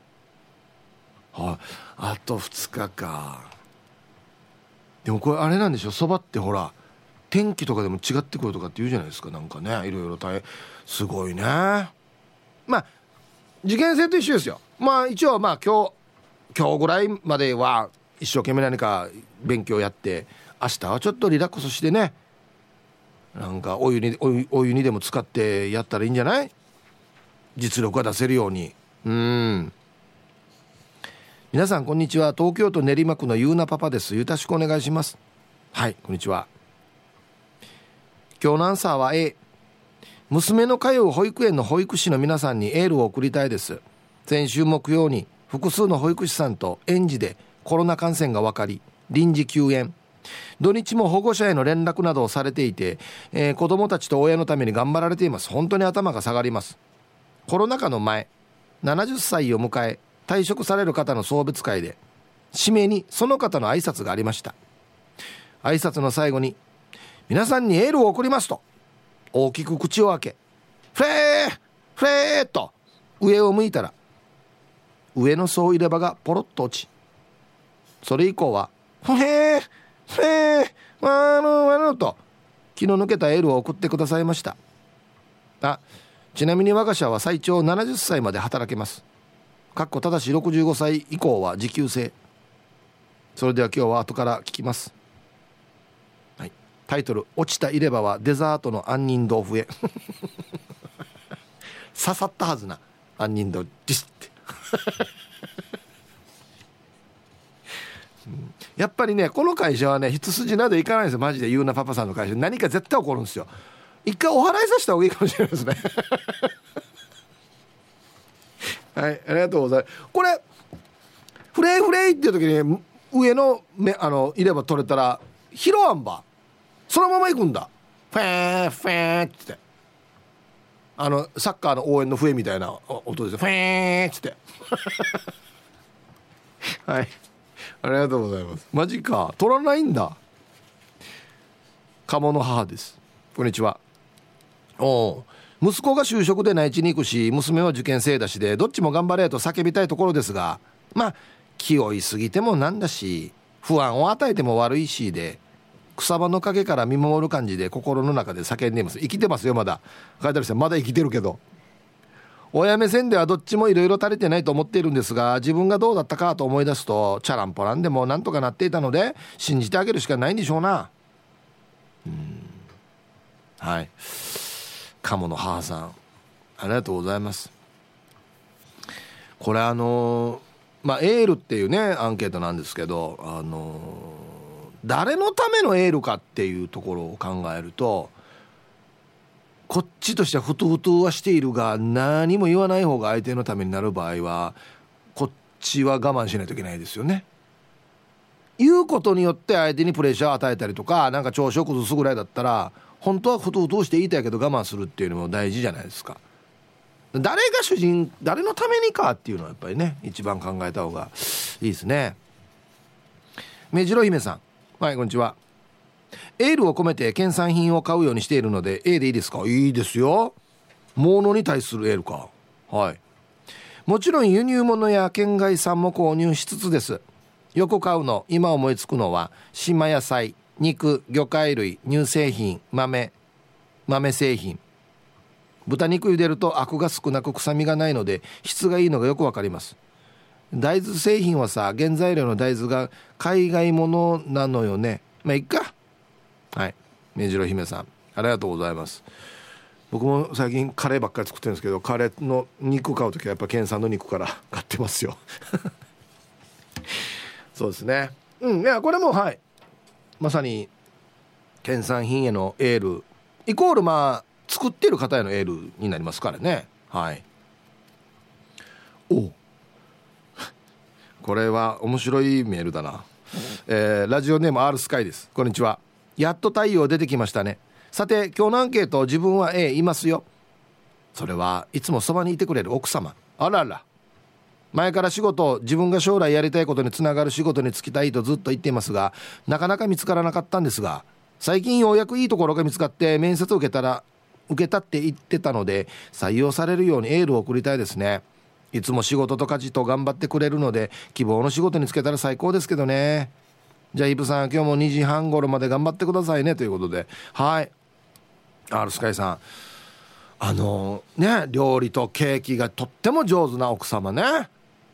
あと2日か。でもこれあれなんでしょ、そばってほら天気とかでも違ってくるとかって言うじゃないですか。なんかね、いろいろ大変、すごいね。まあ受験生と一緒ですよ。まあ一応今日ぐらいまでは一生懸命何か勉強やって、明日はちょっとリラックスしてね、なんかお湯にでも使ってやったらいいんじゃない。実力が出せるように。皆さんこんにちは、東京都練馬区のゆうなパパです。よろしくお願いします。はい、こんにちは。今日のアンサーは A。 娘の通う保育園の保育士の皆さんにエールを送りたいです。先週木曜に複数の保育士さんと園児でコロナ感染が分かり臨時休園、土日も保護者への連絡などをされていて、子どもたちと親のために頑張られています。本当に頭が下がります。コロナ禍の前、70歳を迎え退職される方の送別会で締めにその方の挨拶がありました。挨拶の最後に皆さんにエールを送りますと大きく口を開けフレーフレーと上を向いたら上の総入れ歯がポロッと落ち、それ以降はフレーフレーワノワノと気の抜けたエールを送ってくださいました。ちなみに我が社は最長70歳まで働けます。ただし65歳以降は時給制。それでは今日は後から聞きます。はい、タイトル、落ちた入れ歯はデザートの杏仁豆腐へ刺さったはずな杏仁豆腐ディスってやっぱりねこの会社はね一筋縄でいかないんですよ。マジで言うなパパさんの会社何か絶対起こるんですよ。一回お払いさせた方がいいかもしれないですねはい、ありがとうございます。これフレイフレイっていう時に上の入れ歯取れたら拾わんばそのまま行くんだ。フェーフェーってサッカーの応援の笛みたいな音ですよ。フェーってはいありがとうございます。マジか取らないんだ。鴨の母です。こんにちは。息子が就職で内地に行くし娘は受験生だしでどっちも頑張れと叫びたいところですが、まあ気負いすぎてもなんだし不安を与えても悪いしで草場の陰から見守る感じで心の中で叫んでいます。生きてますよまだ。書いてある人まだ生きてるけど親目線ではどっちもいろいろ足りてないと思っているんですが、自分がどうだったかと思い出すとチャランポランでもなんとかなっていたので信じてあげるしかないんでしょうな。はい、鴨の母さんありがとうございます。これエールっていうねアンケートなんですけど、誰のためのエールかっていうところを考えるとこっちとしてはふとふとはしているが何も言わない方が相手のためになる場合はこっちは我慢しないといけないですよね。言うことによって相手にプレッシャーを与えたりとかなんか調子を崩すぐらいだったら本当はふとふとして言いたいけど我慢するっていうのも大事じゃないですか。誰が主人誰のためにかっていうのはやっぱりね一番考えた方がいいですね。目白姫さん、はい、こんにちは。エールを込めて県産品を買うようにしているので A でいいですか。いいですよ。物に対するエールか。はい、もちろん輸入物や県外産も購入しつつです。よく買うの今思いつくのは島野菜、肉、魚介類、乳製品、豆製品。豚肉茹でるとアクが少なく臭みがないので質がいいのがよくわかります。大豆製品はさ原材料の大豆が海外ものなのよね。まあいっか。はい、目白姫さんありがとうございます。僕も最近カレーばっかり作ってるんですけどカレーの肉買うときはやっぱ県産の肉から買ってますよそうですね。いやこれもはいまさに県産品へのエールイコール作ってる方へのエールになりますからね。はい。これは面白いメールだな。ラジオネーム R スカイです。こんにちは。やっと太陽出てきましたね。さて今日のアンケート自分は A いますよ。それはいつもそばにいてくれる奥様。あらら。前から自分が将来やりたいことにつながる仕事に就きたいとずっと言っていますがなかなか見つからなかったんですが最近ようやくいいところが見つかって面接を受けたって言ってたので採用されるようにエールを送りたいですね。いつも仕事と家事と頑張ってくれるので希望の仕事に就けたら最高ですけどね。じゃあイブさん今日も2時半頃まで頑張ってくださいねということで、はい、R スカイさん料理とケーキがとっても上手な奥様ね。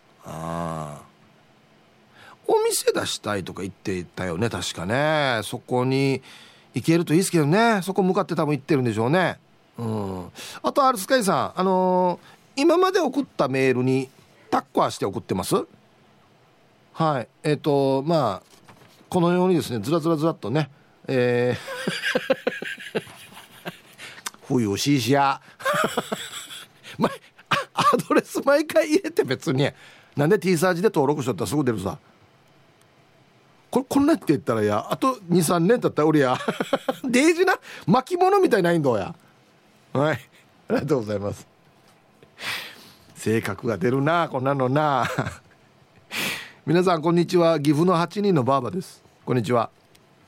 お店出したいとか言っていたよね確かね。そこに行けるといいですけどね。そこ向かって多分行ってるんでしょうね。あと R スカイさん今まで送ったメールにタッカーして送ってます。はいこのようにですねずらっとね冬しいしやアドレス毎回入れて別になんで T サージで登録しとったらすぐ出るさ。こんなって言ったらやあと 2,3 年経ったら俺やデージな巻物みたいないんだや。はいありがとうございます。性格が出るなこんなのな皆さんこんにちは。岐阜の8人のバーバです。こんにちは。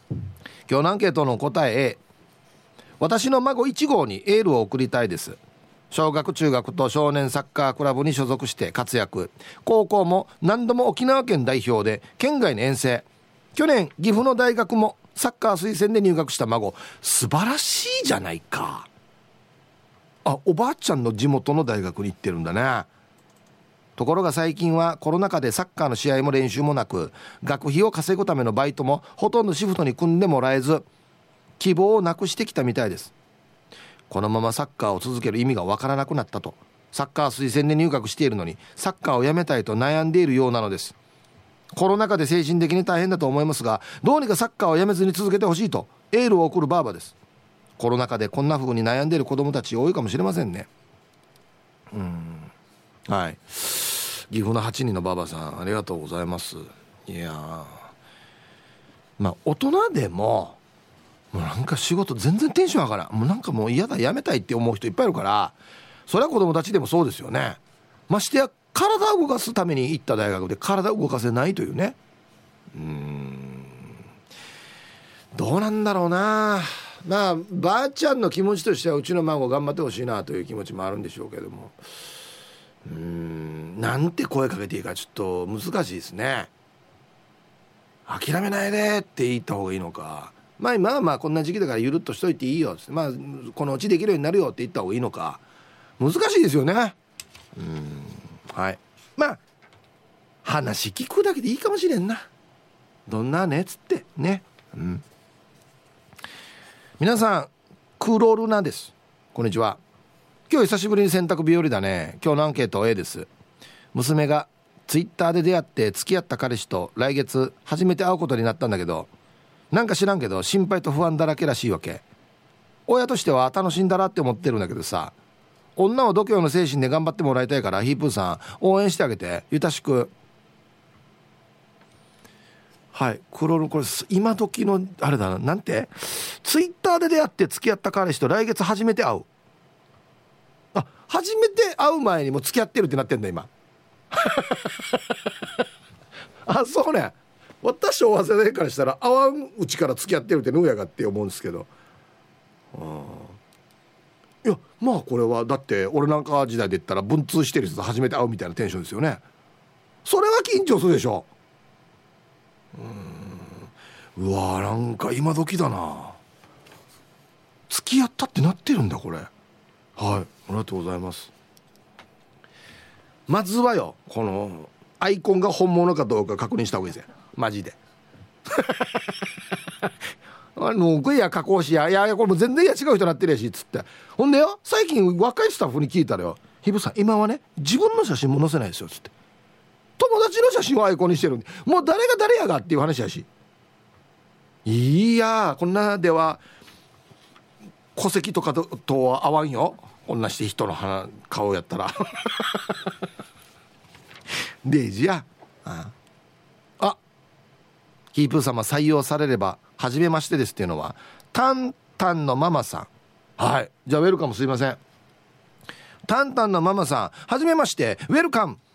今日のアンケートの答え A。 私の孫1号にエールを送りたいです。 小学中学と少年サッカークラブに所属して活躍。高校も何度も沖縄県代表で県外に遠征。去年岐阜の大学もサッカー推薦で入学した孫。素晴らしいじゃないか。あ、おばあちゃんの地元の大学に行ってるんだね。ところが最近はコロナ禍でサッカーの試合も練習もなく、学費を稼ぐためのバイトもほとんどシフトに組んでもらえず、希望をなくしてきたみたいです。このままサッカーを続ける意味がわからなくなったと。サッカー推薦で入学しているのにサッカーをやめたいと悩んでいるようなのです。コロナ禍で精神的に大変だと思いますが、どうにかサッカーをやめずに続けてほしいとエールを送るバーバです。コロナ禍でこんな風に悩んでいる子どもたち多いかもしれませんね。はい、岐阜の8人のバーバさん、ありがとうございます。いやまあ大人でももうなんか仕事全然テンション上がらん、もうなんかもう嫌だ、やめたいって思う人いっぱいいるから、それは子供たちでもそうですよね。ましてや体を動かすために行った大学で体を動かせないというね。どうなんだろうな。まあばあちゃんの気持ちとしてはうちの孫頑張ってほしいなという気持ちもあるんでしょうけども、なんて声かけていいかちょっと難しいですね。諦めないでって言った方がいいのか、まあこんな時期だからゆるっとしといていいよって、まあこのうちできるようになるよって言った方がいいのか、難しいですよね。はい、まあ話聞くだけでいいかもしれんな。どんなねっつってね。皆さんクロルナです。こんにちは。今日久しぶりに洗濯日和だね。今日のアンケート A です。娘がツイッターで出会って付き合った彼氏と来月初めて会うことになったんだけど、なんか知らんけど心配と不安だらけらしいわけ。親としては楽しんだらって思ってるんだけどさ、女を度胸の精神で頑張ってもらいたいから、ヒープーさん応援してあげて、ゆたしく。はい、クロル、これ今時のあれだな、なんてツイッターで出会って付き合った彼氏と来月初めて会う。あ、初めて会う前にもう付き合ってるってなってんだ今あ、そうね。私お世代からしたら会わんうちから付き合ってるってぬやがって思うんですけど、いやまあこれはだって俺なんか時代で言ったら文通してる人と初めて会うみたいなテンションですよね。それは緊張するでしょ。うわー、なんか今時だな。付き合ったってなってるんだこれ。はい、ありがとうございます。まずはよ、このアイコンが本物かどうか確認した方がいいですよ、マジでこれや加工しや、いやこれもう全然違う人になってるやしっつって、ほんでよ、最近若いスタッフに聞いたらよ、ひぶさん今はね自分の写真も載せないですよっつって、友達の写真をアイコンにしてるんで、もう誰が誰やがっていう話やし、いやこんなでは戸籍とかとは合わんよ、こんなして人の顔やったらデイジや。あ、ヒープー様採用されれば初めましてですっていうのはタンタンのママさん。はい、じゃあウェルカム、すいません。タンタンのママさん、初めまして、ウェルカム。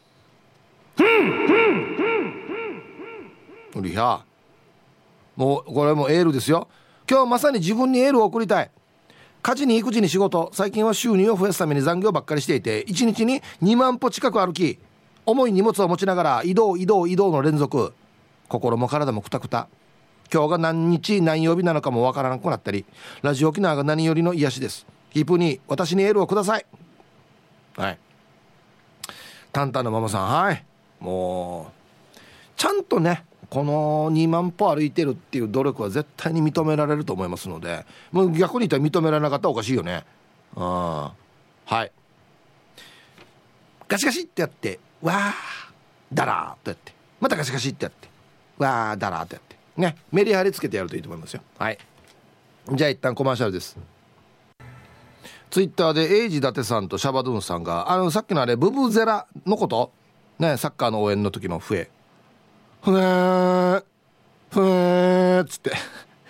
うりゃ、もうこれもエールですよ。今日まさに自分にエールを送りたい。家事に育児に仕事、最近は収入を増やすために残業ばっかりしていて、1日に2万歩近く歩き、重い荷物を持ちながら移動の連続、心も体もクタクタ。今日が何日何曜日なのかもわからなくなったり、ラジオ沖縄が何よりの癒しです。ヒープに私にエールをください。はい、タンタンのママさん、はい、もうちゃんとねこの2万歩歩いてるっていう努力は絶対に認められると思いますので、もう逆に言ったら認められなかったらおかしいよね。はい、ガシガシってやって、わーダラーっとやって、またガシガシってやって、わーダラーっとやってね、メリハリつけてやるといいと思いますよ。はい、じゃあ一旦コマーシャルです。ツイッターでエイジ伊達さんとシャバドゥンさんがさっきのあれブブゼラのことね、サッカーの応援の時の笛ふーふーっつって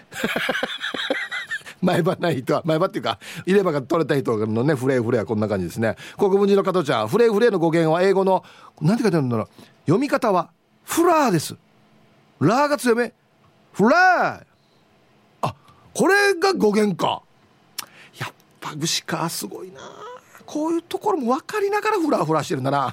前歯ない人は、前歯っていうか入れ歯が取れた人のね、フレーフレーはこんな感じですね。国分寺の加藤ちゃん、フレーフレーの語源は英語のなんて書いてあるんだろう、読み方はフラーです。ラーが強め、フラー。あ、これが語源か。やっぱ牛か、すごいな。 こういうところも分かりながらフラフラしてるんだな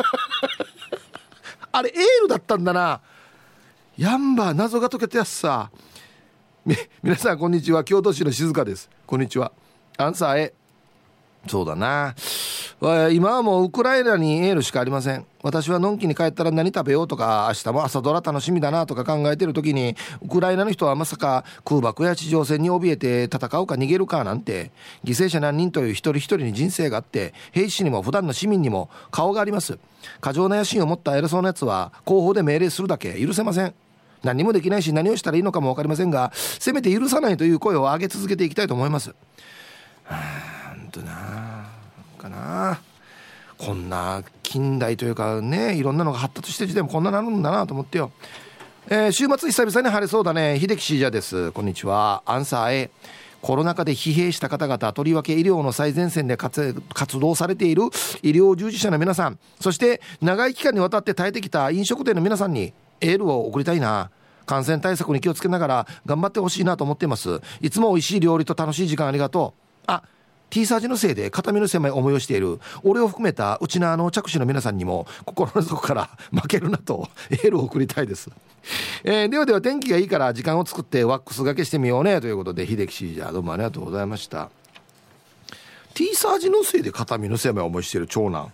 あれエールだったんだな。やんば謎が解けてやっさ。皆さんこんにちは、京都市の静香です。こんにちは。アンサー A。 そうだな、今はもうウクライナにエールしかありません。私はのんきに帰ったら何食べようとか、明日も朝ドラ楽しみだなとか考えてる時に、ウクライナの人はまさか空爆や地上戦に怯えて戦うか逃げるかなんて、犠牲者何人という一人一人に人生があって、兵士にも普段の市民にも顔があります。過剰な野心を持った偉そうなやつは後方で命令するだけ、許せません。何もできないし何をしたらいいのかも分かりませんが、せめて許さないという声を上げ続けていきたいと思います。ほんとなかな、こんな近代というかね、いろんなのが発達して時代もこんななるんだなと思ってよ。週末久々に晴れそうだね。秀樹シージャです。こんにちは。アンサー A。 コロナ禍で疲弊した方々、とりわけ医療の最前線で活動されている医療従事者の皆さん、そして長い期間にわたって耐えてきた飲食店の皆さんにエールを送りたいな。感染対策に気をつけながら頑張ってほしいなと思っています。いつも美味しい料理と楽しい時間ありがとう。あ、T サージのせいで肩身の狭い思いをしている俺を含めたうちの着手の皆さんにも心の底から負けるなとエールを送りたいです。ではでは、天気がいいから時間を作ってワックスがけしてみようねということで、秀樹シージャーどうもありがとうございました。 T サージのせいで肩身の狭い思いしている長男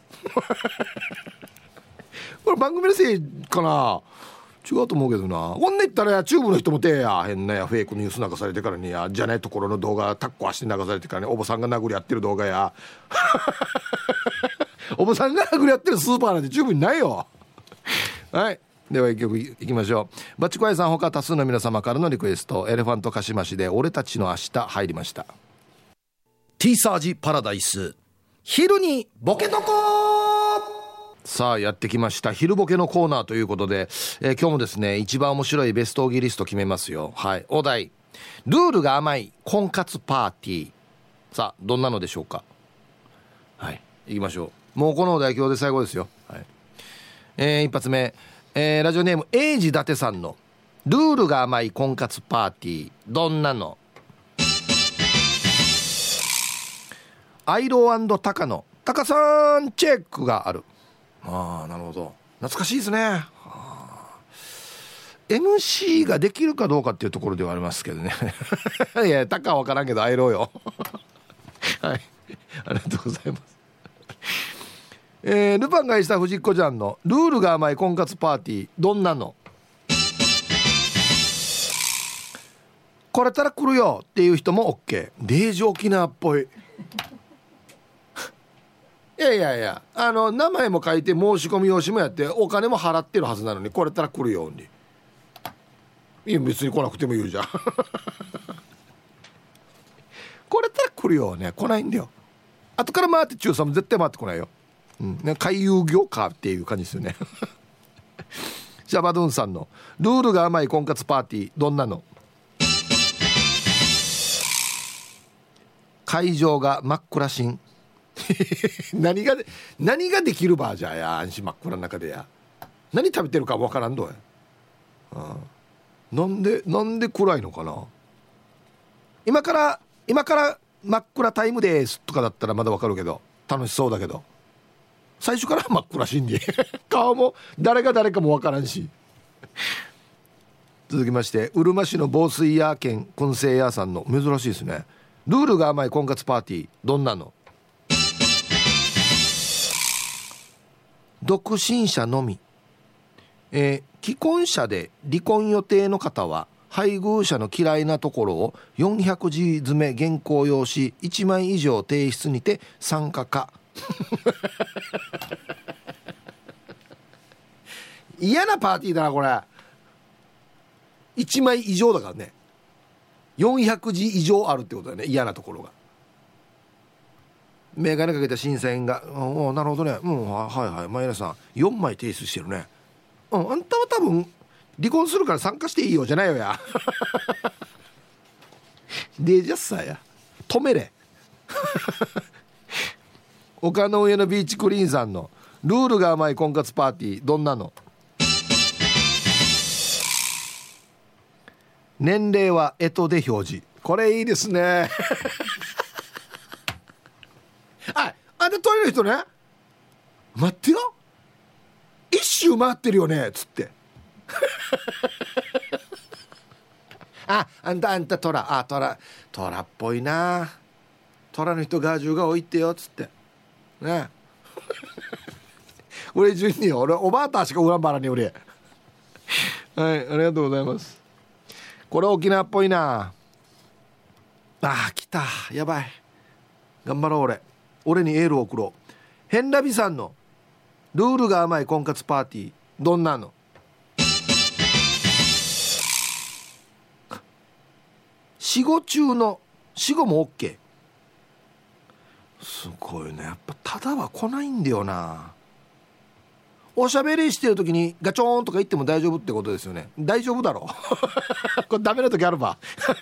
これ番組のせいかな、違うと思うけどな。こんな言ったらやチューブの人もてや変なやフェイクニュース流されてからにや、じゃないところの動画タッコ足で流されてからね、おばさんが殴り合ってる動画やおばさんが殴り合ってるスーパーなんて十分にないよはい、では一曲いきましょう。バッチコアイさん他多数の皆様からのリクエスト、エレファントカシマシで俺たちの明日入りました。 T サージパラダイス、昼にボケとこさあやってきました、昼ボケのコーナーということで、今日もですね一番面白いベストオギリスト決めますよ。はい、お題、ルールが甘い婚活パーティー。さあどんなのでしょうか。はい、行きましょう。もうこのお題今日で最後ですよ。はい、一発目、ラジオネームエイジ伊達さんのルールが甘い婚活パーティー、どんなの。アイロータカのタカさんチェックがある。ああ、なるほど、懐かしいですね。MC ができるかどうかっていうところではありますけどねいやタカは分からんけどアイローよはい、ありがとうございます。ルパンがした藤子ちゃんのルールが甘い婚活パーティー、どんなの。これたら来るよっていう人も OK。 デージ沖縄っぽいいやいやいや、名前も書いて申し込み用紙もやってお金も払ってるはずなのに、これたら来るように、いや別に来なくてもいいじゃんこれたら来るよね、来ないんだよ。後から回って中3も絶対回ってこないよ。海遊業かっていう感じですよねシャバドゥンさんのルールが甘い婚活パーティー、どんなの。会場が真っ暗しん何ができるバーじゃや、安心真っ暗の中でや何食べてるか分からんどや、なんで暗いのかな。今から真っ暗タイムですとかだったらまだ分かるけど楽しそうだけど、最初から真っ暗しんで顔も誰が誰かも分からんし続きまして、うるま市の防水屋兼燻製屋さんの珍しいですね、ルールが甘い婚活パーティー、どんなの。独身者のみ、既婚者で離婚予定の方は配偶者の嫌いなところを400字詰め原稿用紙1枚以上提出にて参加か嫌なパーティーだなこれ。1枚以上だからね、400字以上あるってことだね、嫌なところが。メガネかけた審査員がなるほどね、はいはい、マイナさん4枚提出してるね、あんたは多分離婚するから参加していいよじゃないよやでじゃっさや止めれ丘の上のビーチクリーンさんのルールが甘い婚活パーティー、どんなの。年齢は干支で表示、これいいですねあ、でトイレの人ね、待ってよ、一周回ってるよねっつってあんたトラ、トラっぽいな、トラの人ガージュが置いてよっつってね俺順に俺おばあたしか裏腹に俺はい、ありがとうございます。これ沖縄っぽいな。来た、やばい、頑張ろう、俺にエールを送ろう。ヘンラビさんのルールが甘い婚活パーティー、どんなの？死後中の死後も OK。 すごいね、やっぱただは来ないんだよな。おしゃべりしてる時にガチョーンとか言っても大丈夫ってことですよね。大丈夫だろこれダメな時あるば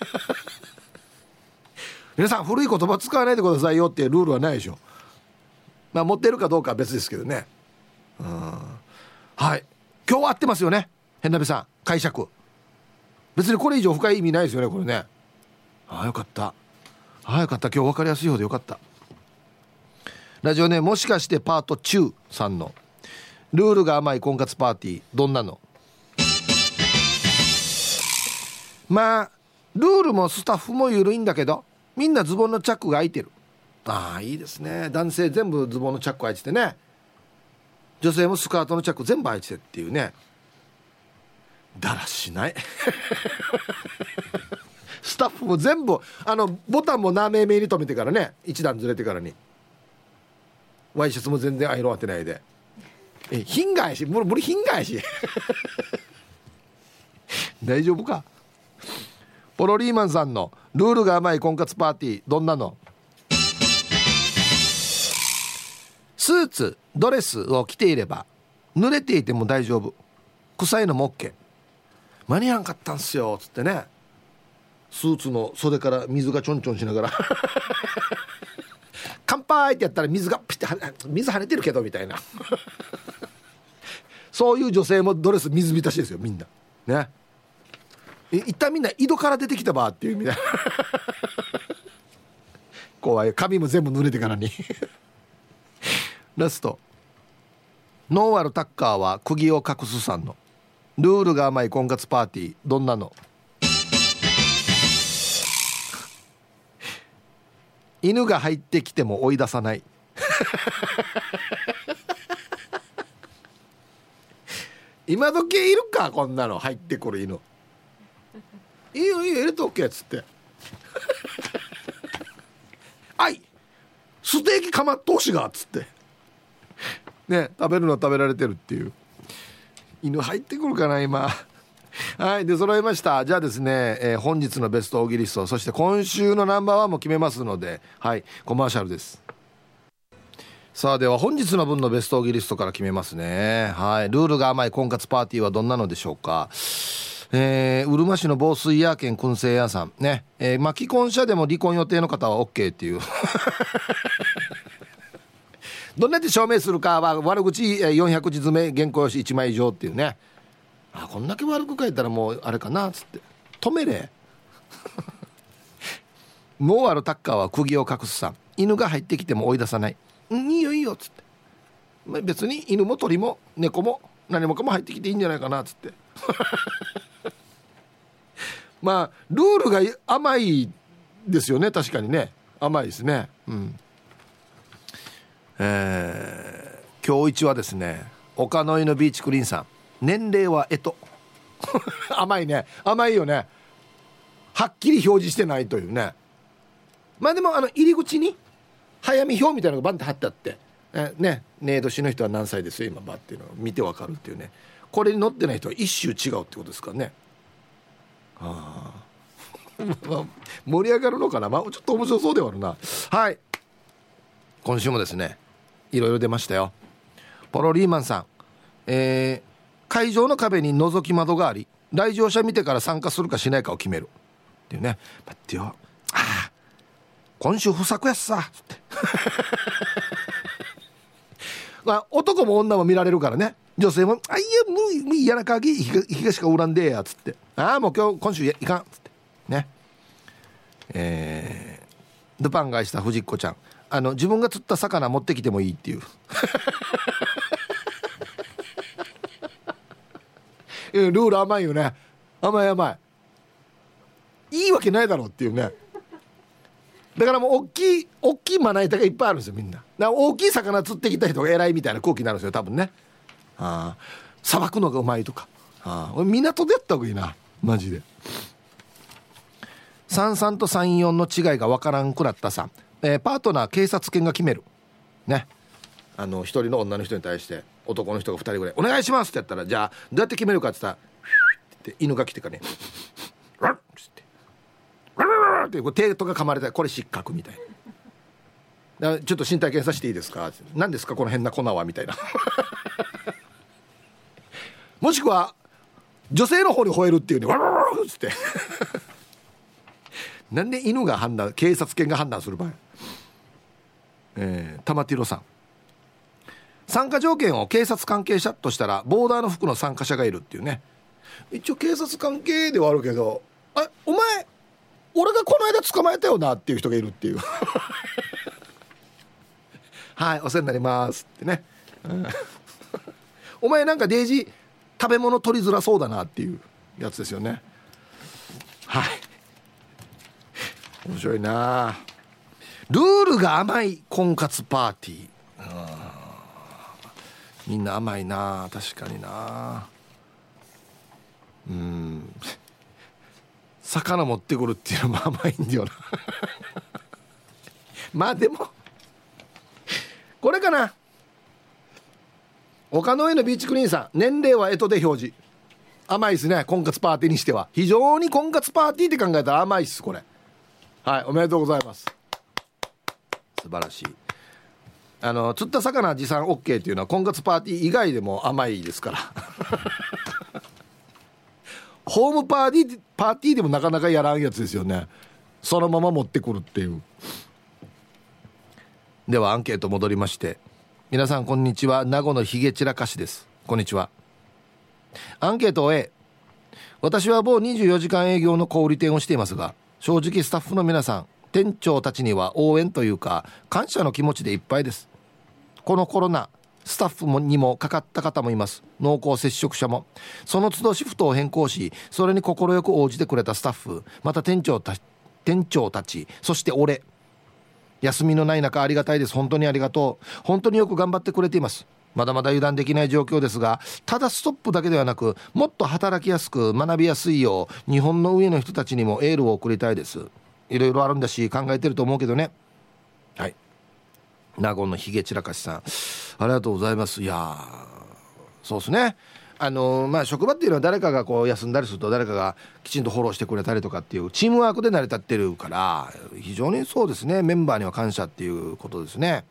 皆さん古い言葉使わないでくださいよっていうルールはないでしょ。まあ持ってるかどうかは別ですけどね。はい、今日は合ってますよね、変なべさん解釈。別にこれ以上深い意味ないですよねこれね。よかった、よかった、今日分かりやすいようでよかった。ラジオね、もしかしてパート中さんのルールが甘い婚活パーティー、どんなの？まあルールもスタッフも緩いんだけど、みんなズボンのチャックが開いてる。いいですね。男性全部ズボンのチャック開いててね、女性もスカートのチャック全部開いててっていうね。だらしないスタッフも全部ボタンも斜め目に留めてからね、一段ずれてからに、ワイシャツも全然アイロン当てないで、品がやし、無理品がやし大丈夫か。ポロリーマンさんのルールが甘い婚活パーティー、どんなの？スーツドレスを着ていれば濡れていても大丈夫、臭いのも OK。 間に合わんかったんすよつってね、スーツの袖から水がちょんちょんしながら乾杯ってやったら水がピッて水跳ねてるけどみたいなそういう女性もドレス水浸しですよみんなね。一旦みんな井戸から出てきたばっていうみたいな怖い、髪も全部濡れてからにラスト、ノーアルタッカーは釘を隠すさんのルールが甘い婚活パーティー、どんなの？犬が入ってきても追い出さない今時いるかこんなの入ってくる犬。いいよ入れとけっつってステーキかまっとうしがっつってね、食べるの食べられてるっていう。犬入ってくるかな今はい、で揃いました。じゃあですね、本日のベストオーギリスト、そして今週のナンバーワンも決めますので、はい、コマーシャルです。さあでは本日の分のベストオーギリストから決めますね。はい、ルールが甘い婚活パーティーはどんなのでしょうか。うるま市の防水屋兼燻製屋さんね、既婚者でも離婚予定の方は OK っていうどんなやって証明するかは悪口400字詰め原稿用紙1枚以上っていうね。こんだけ悪く書いたらもうあれかなっつって止めれノーアルタッカーは釘を隠すさん、犬が入ってきても追い出さない、いいよいいよっつって、別に犬も鳥も猫も何もかも入ってきていいんじゃないかなっつってまあルールが甘いですよね。確かにね、甘いですね。今日一はですね、岡の井のビーチクリーンさん、年齢は甘いね、甘いよね。はっきり表示してないというね。まあでも入り口に早見表みたいなのがバンって貼ってあって、ねえ年の人は何歳ですよ今バっていうのを見てわかるっていうね。これに載ってない人は一周違うってことですからね。盛り上がるのかな。ちょっと面白そうではあるな。はい、今週もですねいろいろ出ましたよ。ポロリーマンさん、会場の壁に覗き窓があり、来場者見てから参加するかしないかを決めるっていうね。待ってよ、今週不作やっさって男も女も見られるからね。女性もいやもう嫌な鍵東か恨んでやつって、もう今週いかんつってね。ルパンがした藤子ちゃん、 自分が釣った魚持ってきてもいいっていうルール甘いよね。甘いいいわけないだろうっていうね。だからもう大きいまな板がいっぱいあるんですよみんな。だから大きい魚釣ってきた人が偉いみたいな空気になるんですよ多分ね。さばくのがうまいとか。港でやった方がいいなマジで。33と34の違いが分からんくなったさ、パートナー警察犬が決めるね。一人の女の人に対して男の人が2人ぐらいお願いしますってやったら、じゃあどうやって決めるかって言ったらって犬が来てからねワッってこう手とか噛まれたらこれ失格みたいな。だからちょっと身体検査していいですか、何ですかこの変な粉はみたいなもしくは女性の方に吠えるっていうね、ワッつってなんで犬が判断、警察犬が判断する場合。玉ティロさん、参加条件を警察関係者としたらボーダーの服の参加者がいるっていうね。一応警察関係ではあるけど、お前俺がこの間捕まえたよなっていう人がいるっていうはいお世話になりますってねお前なんかデイジー食べ物取りづらそうだなっていうやつですよね。はい面白いな。ルールが甘い婚活パーティー。みんな甘いな確かにな。魚持ってくるっていうのも甘いんだよなまあでもこれかな。丘の上のビーチクリーンさん、年齢は干支で表示。甘いですね婚活パーティーにしては。非常に婚活パーティーって考えたら甘いっすこれ。はいおめでとうございます。素晴らしい。釣った魚持参 OK っていうのは婚活パーティー以外でも甘いですからホームパーティーでもなかなかやらんやつですよね。そのまま持ってくるっていう。ではアンケート戻りまして、皆さんこんにちは、名護のひげ散らかしです。こんにちは。アンケート A、 私は某24時間営業の小売店をしていますが、正直スタッフの皆さん、店長たちには応援というか感謝の気持ちでいっぱいです。このコロナ、スタッフにもかかった方もいます。濃厚接触者も。その都度シフトを変更し、それに快く応じてくれたスタッフ、また店長たち、そして俺、休みのない中ありがたいです。本当にありがとう。本当によく頑張ってくれています。まだまだ油断できない状況ですが、ただストップだけではなく、もっと働きやすく学びやすいよう日本の上の人たちにもエールを送りたいです。いろいろあるんだし考えてると思うけどね。はい、名護のひげ散らかしさん、ありがとうございます。いやそうですね。職場っていうのは誰かがこう休んだりすると誰かがきちんとフォローしてくれたりとかっていうチームワークで成り立ってるから、非常にそうですね、メンバーには感謝っていうことですね。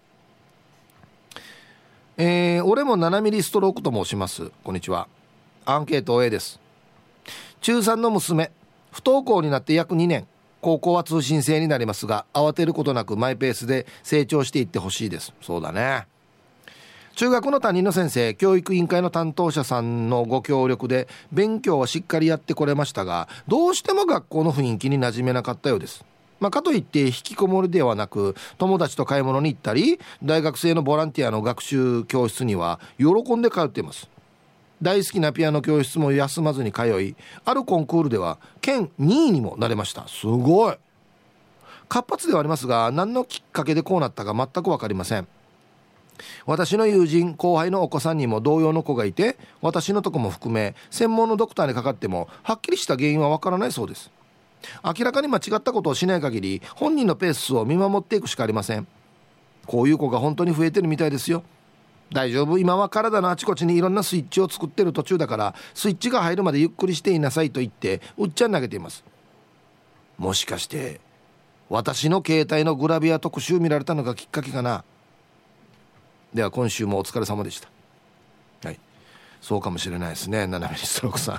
俺も7ミリストロークと申します。こんにちは。アンケート A です。中3の娘、不登校になって約2年、高校は通信制になりますが、慌てることなくマイペースで成長していってほしいです。そうだね。中学の担任の先生、教育委員会の担当者さんのご協力で勉強はしっかりやってこれましたが、どうしても学校の雰囲気に馴染めなかったようです。かといって引きこもりではなく、友達と買い物に行ったり、大学生のボランティアの学習教室には喜んで通っています。大好きなピアノ教室も休まずに通い、あるコンクールでは県2位にもなれました。すごい。活発ではありますが、何のきっかけでこうなったか全く分かりません。私の友人後輩のお子さんにも同様の子がいて、私のとこも含め専門のドクターにかかってもはっきりした原因は分からないそうです。明らかに間違ったことをしない限り、本人のペースを見守っていくしかありません。こういう子が本当に増えてるみたいですよ。大丈夫、今は体のあちこちにいろんなスイッチを作ってる途中だから、スイッチが入るまでゆっくりしていなさいと言ってうっちゃん投げています。もしかして私の携帯のグラビア特集見られたのがきっかけかな。では今週もお疲れ様でした。はい、そうかもしれないですね。斜めにストロークさん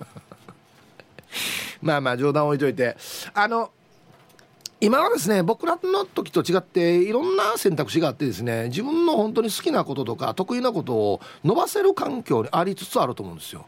まあ冗談置いといて、今はですね、僕らの時と違っていろんな選択肢があってですね、自分の本当に好きなこととか得意なことを伸ばせる環境にありつつあると思うんですよ。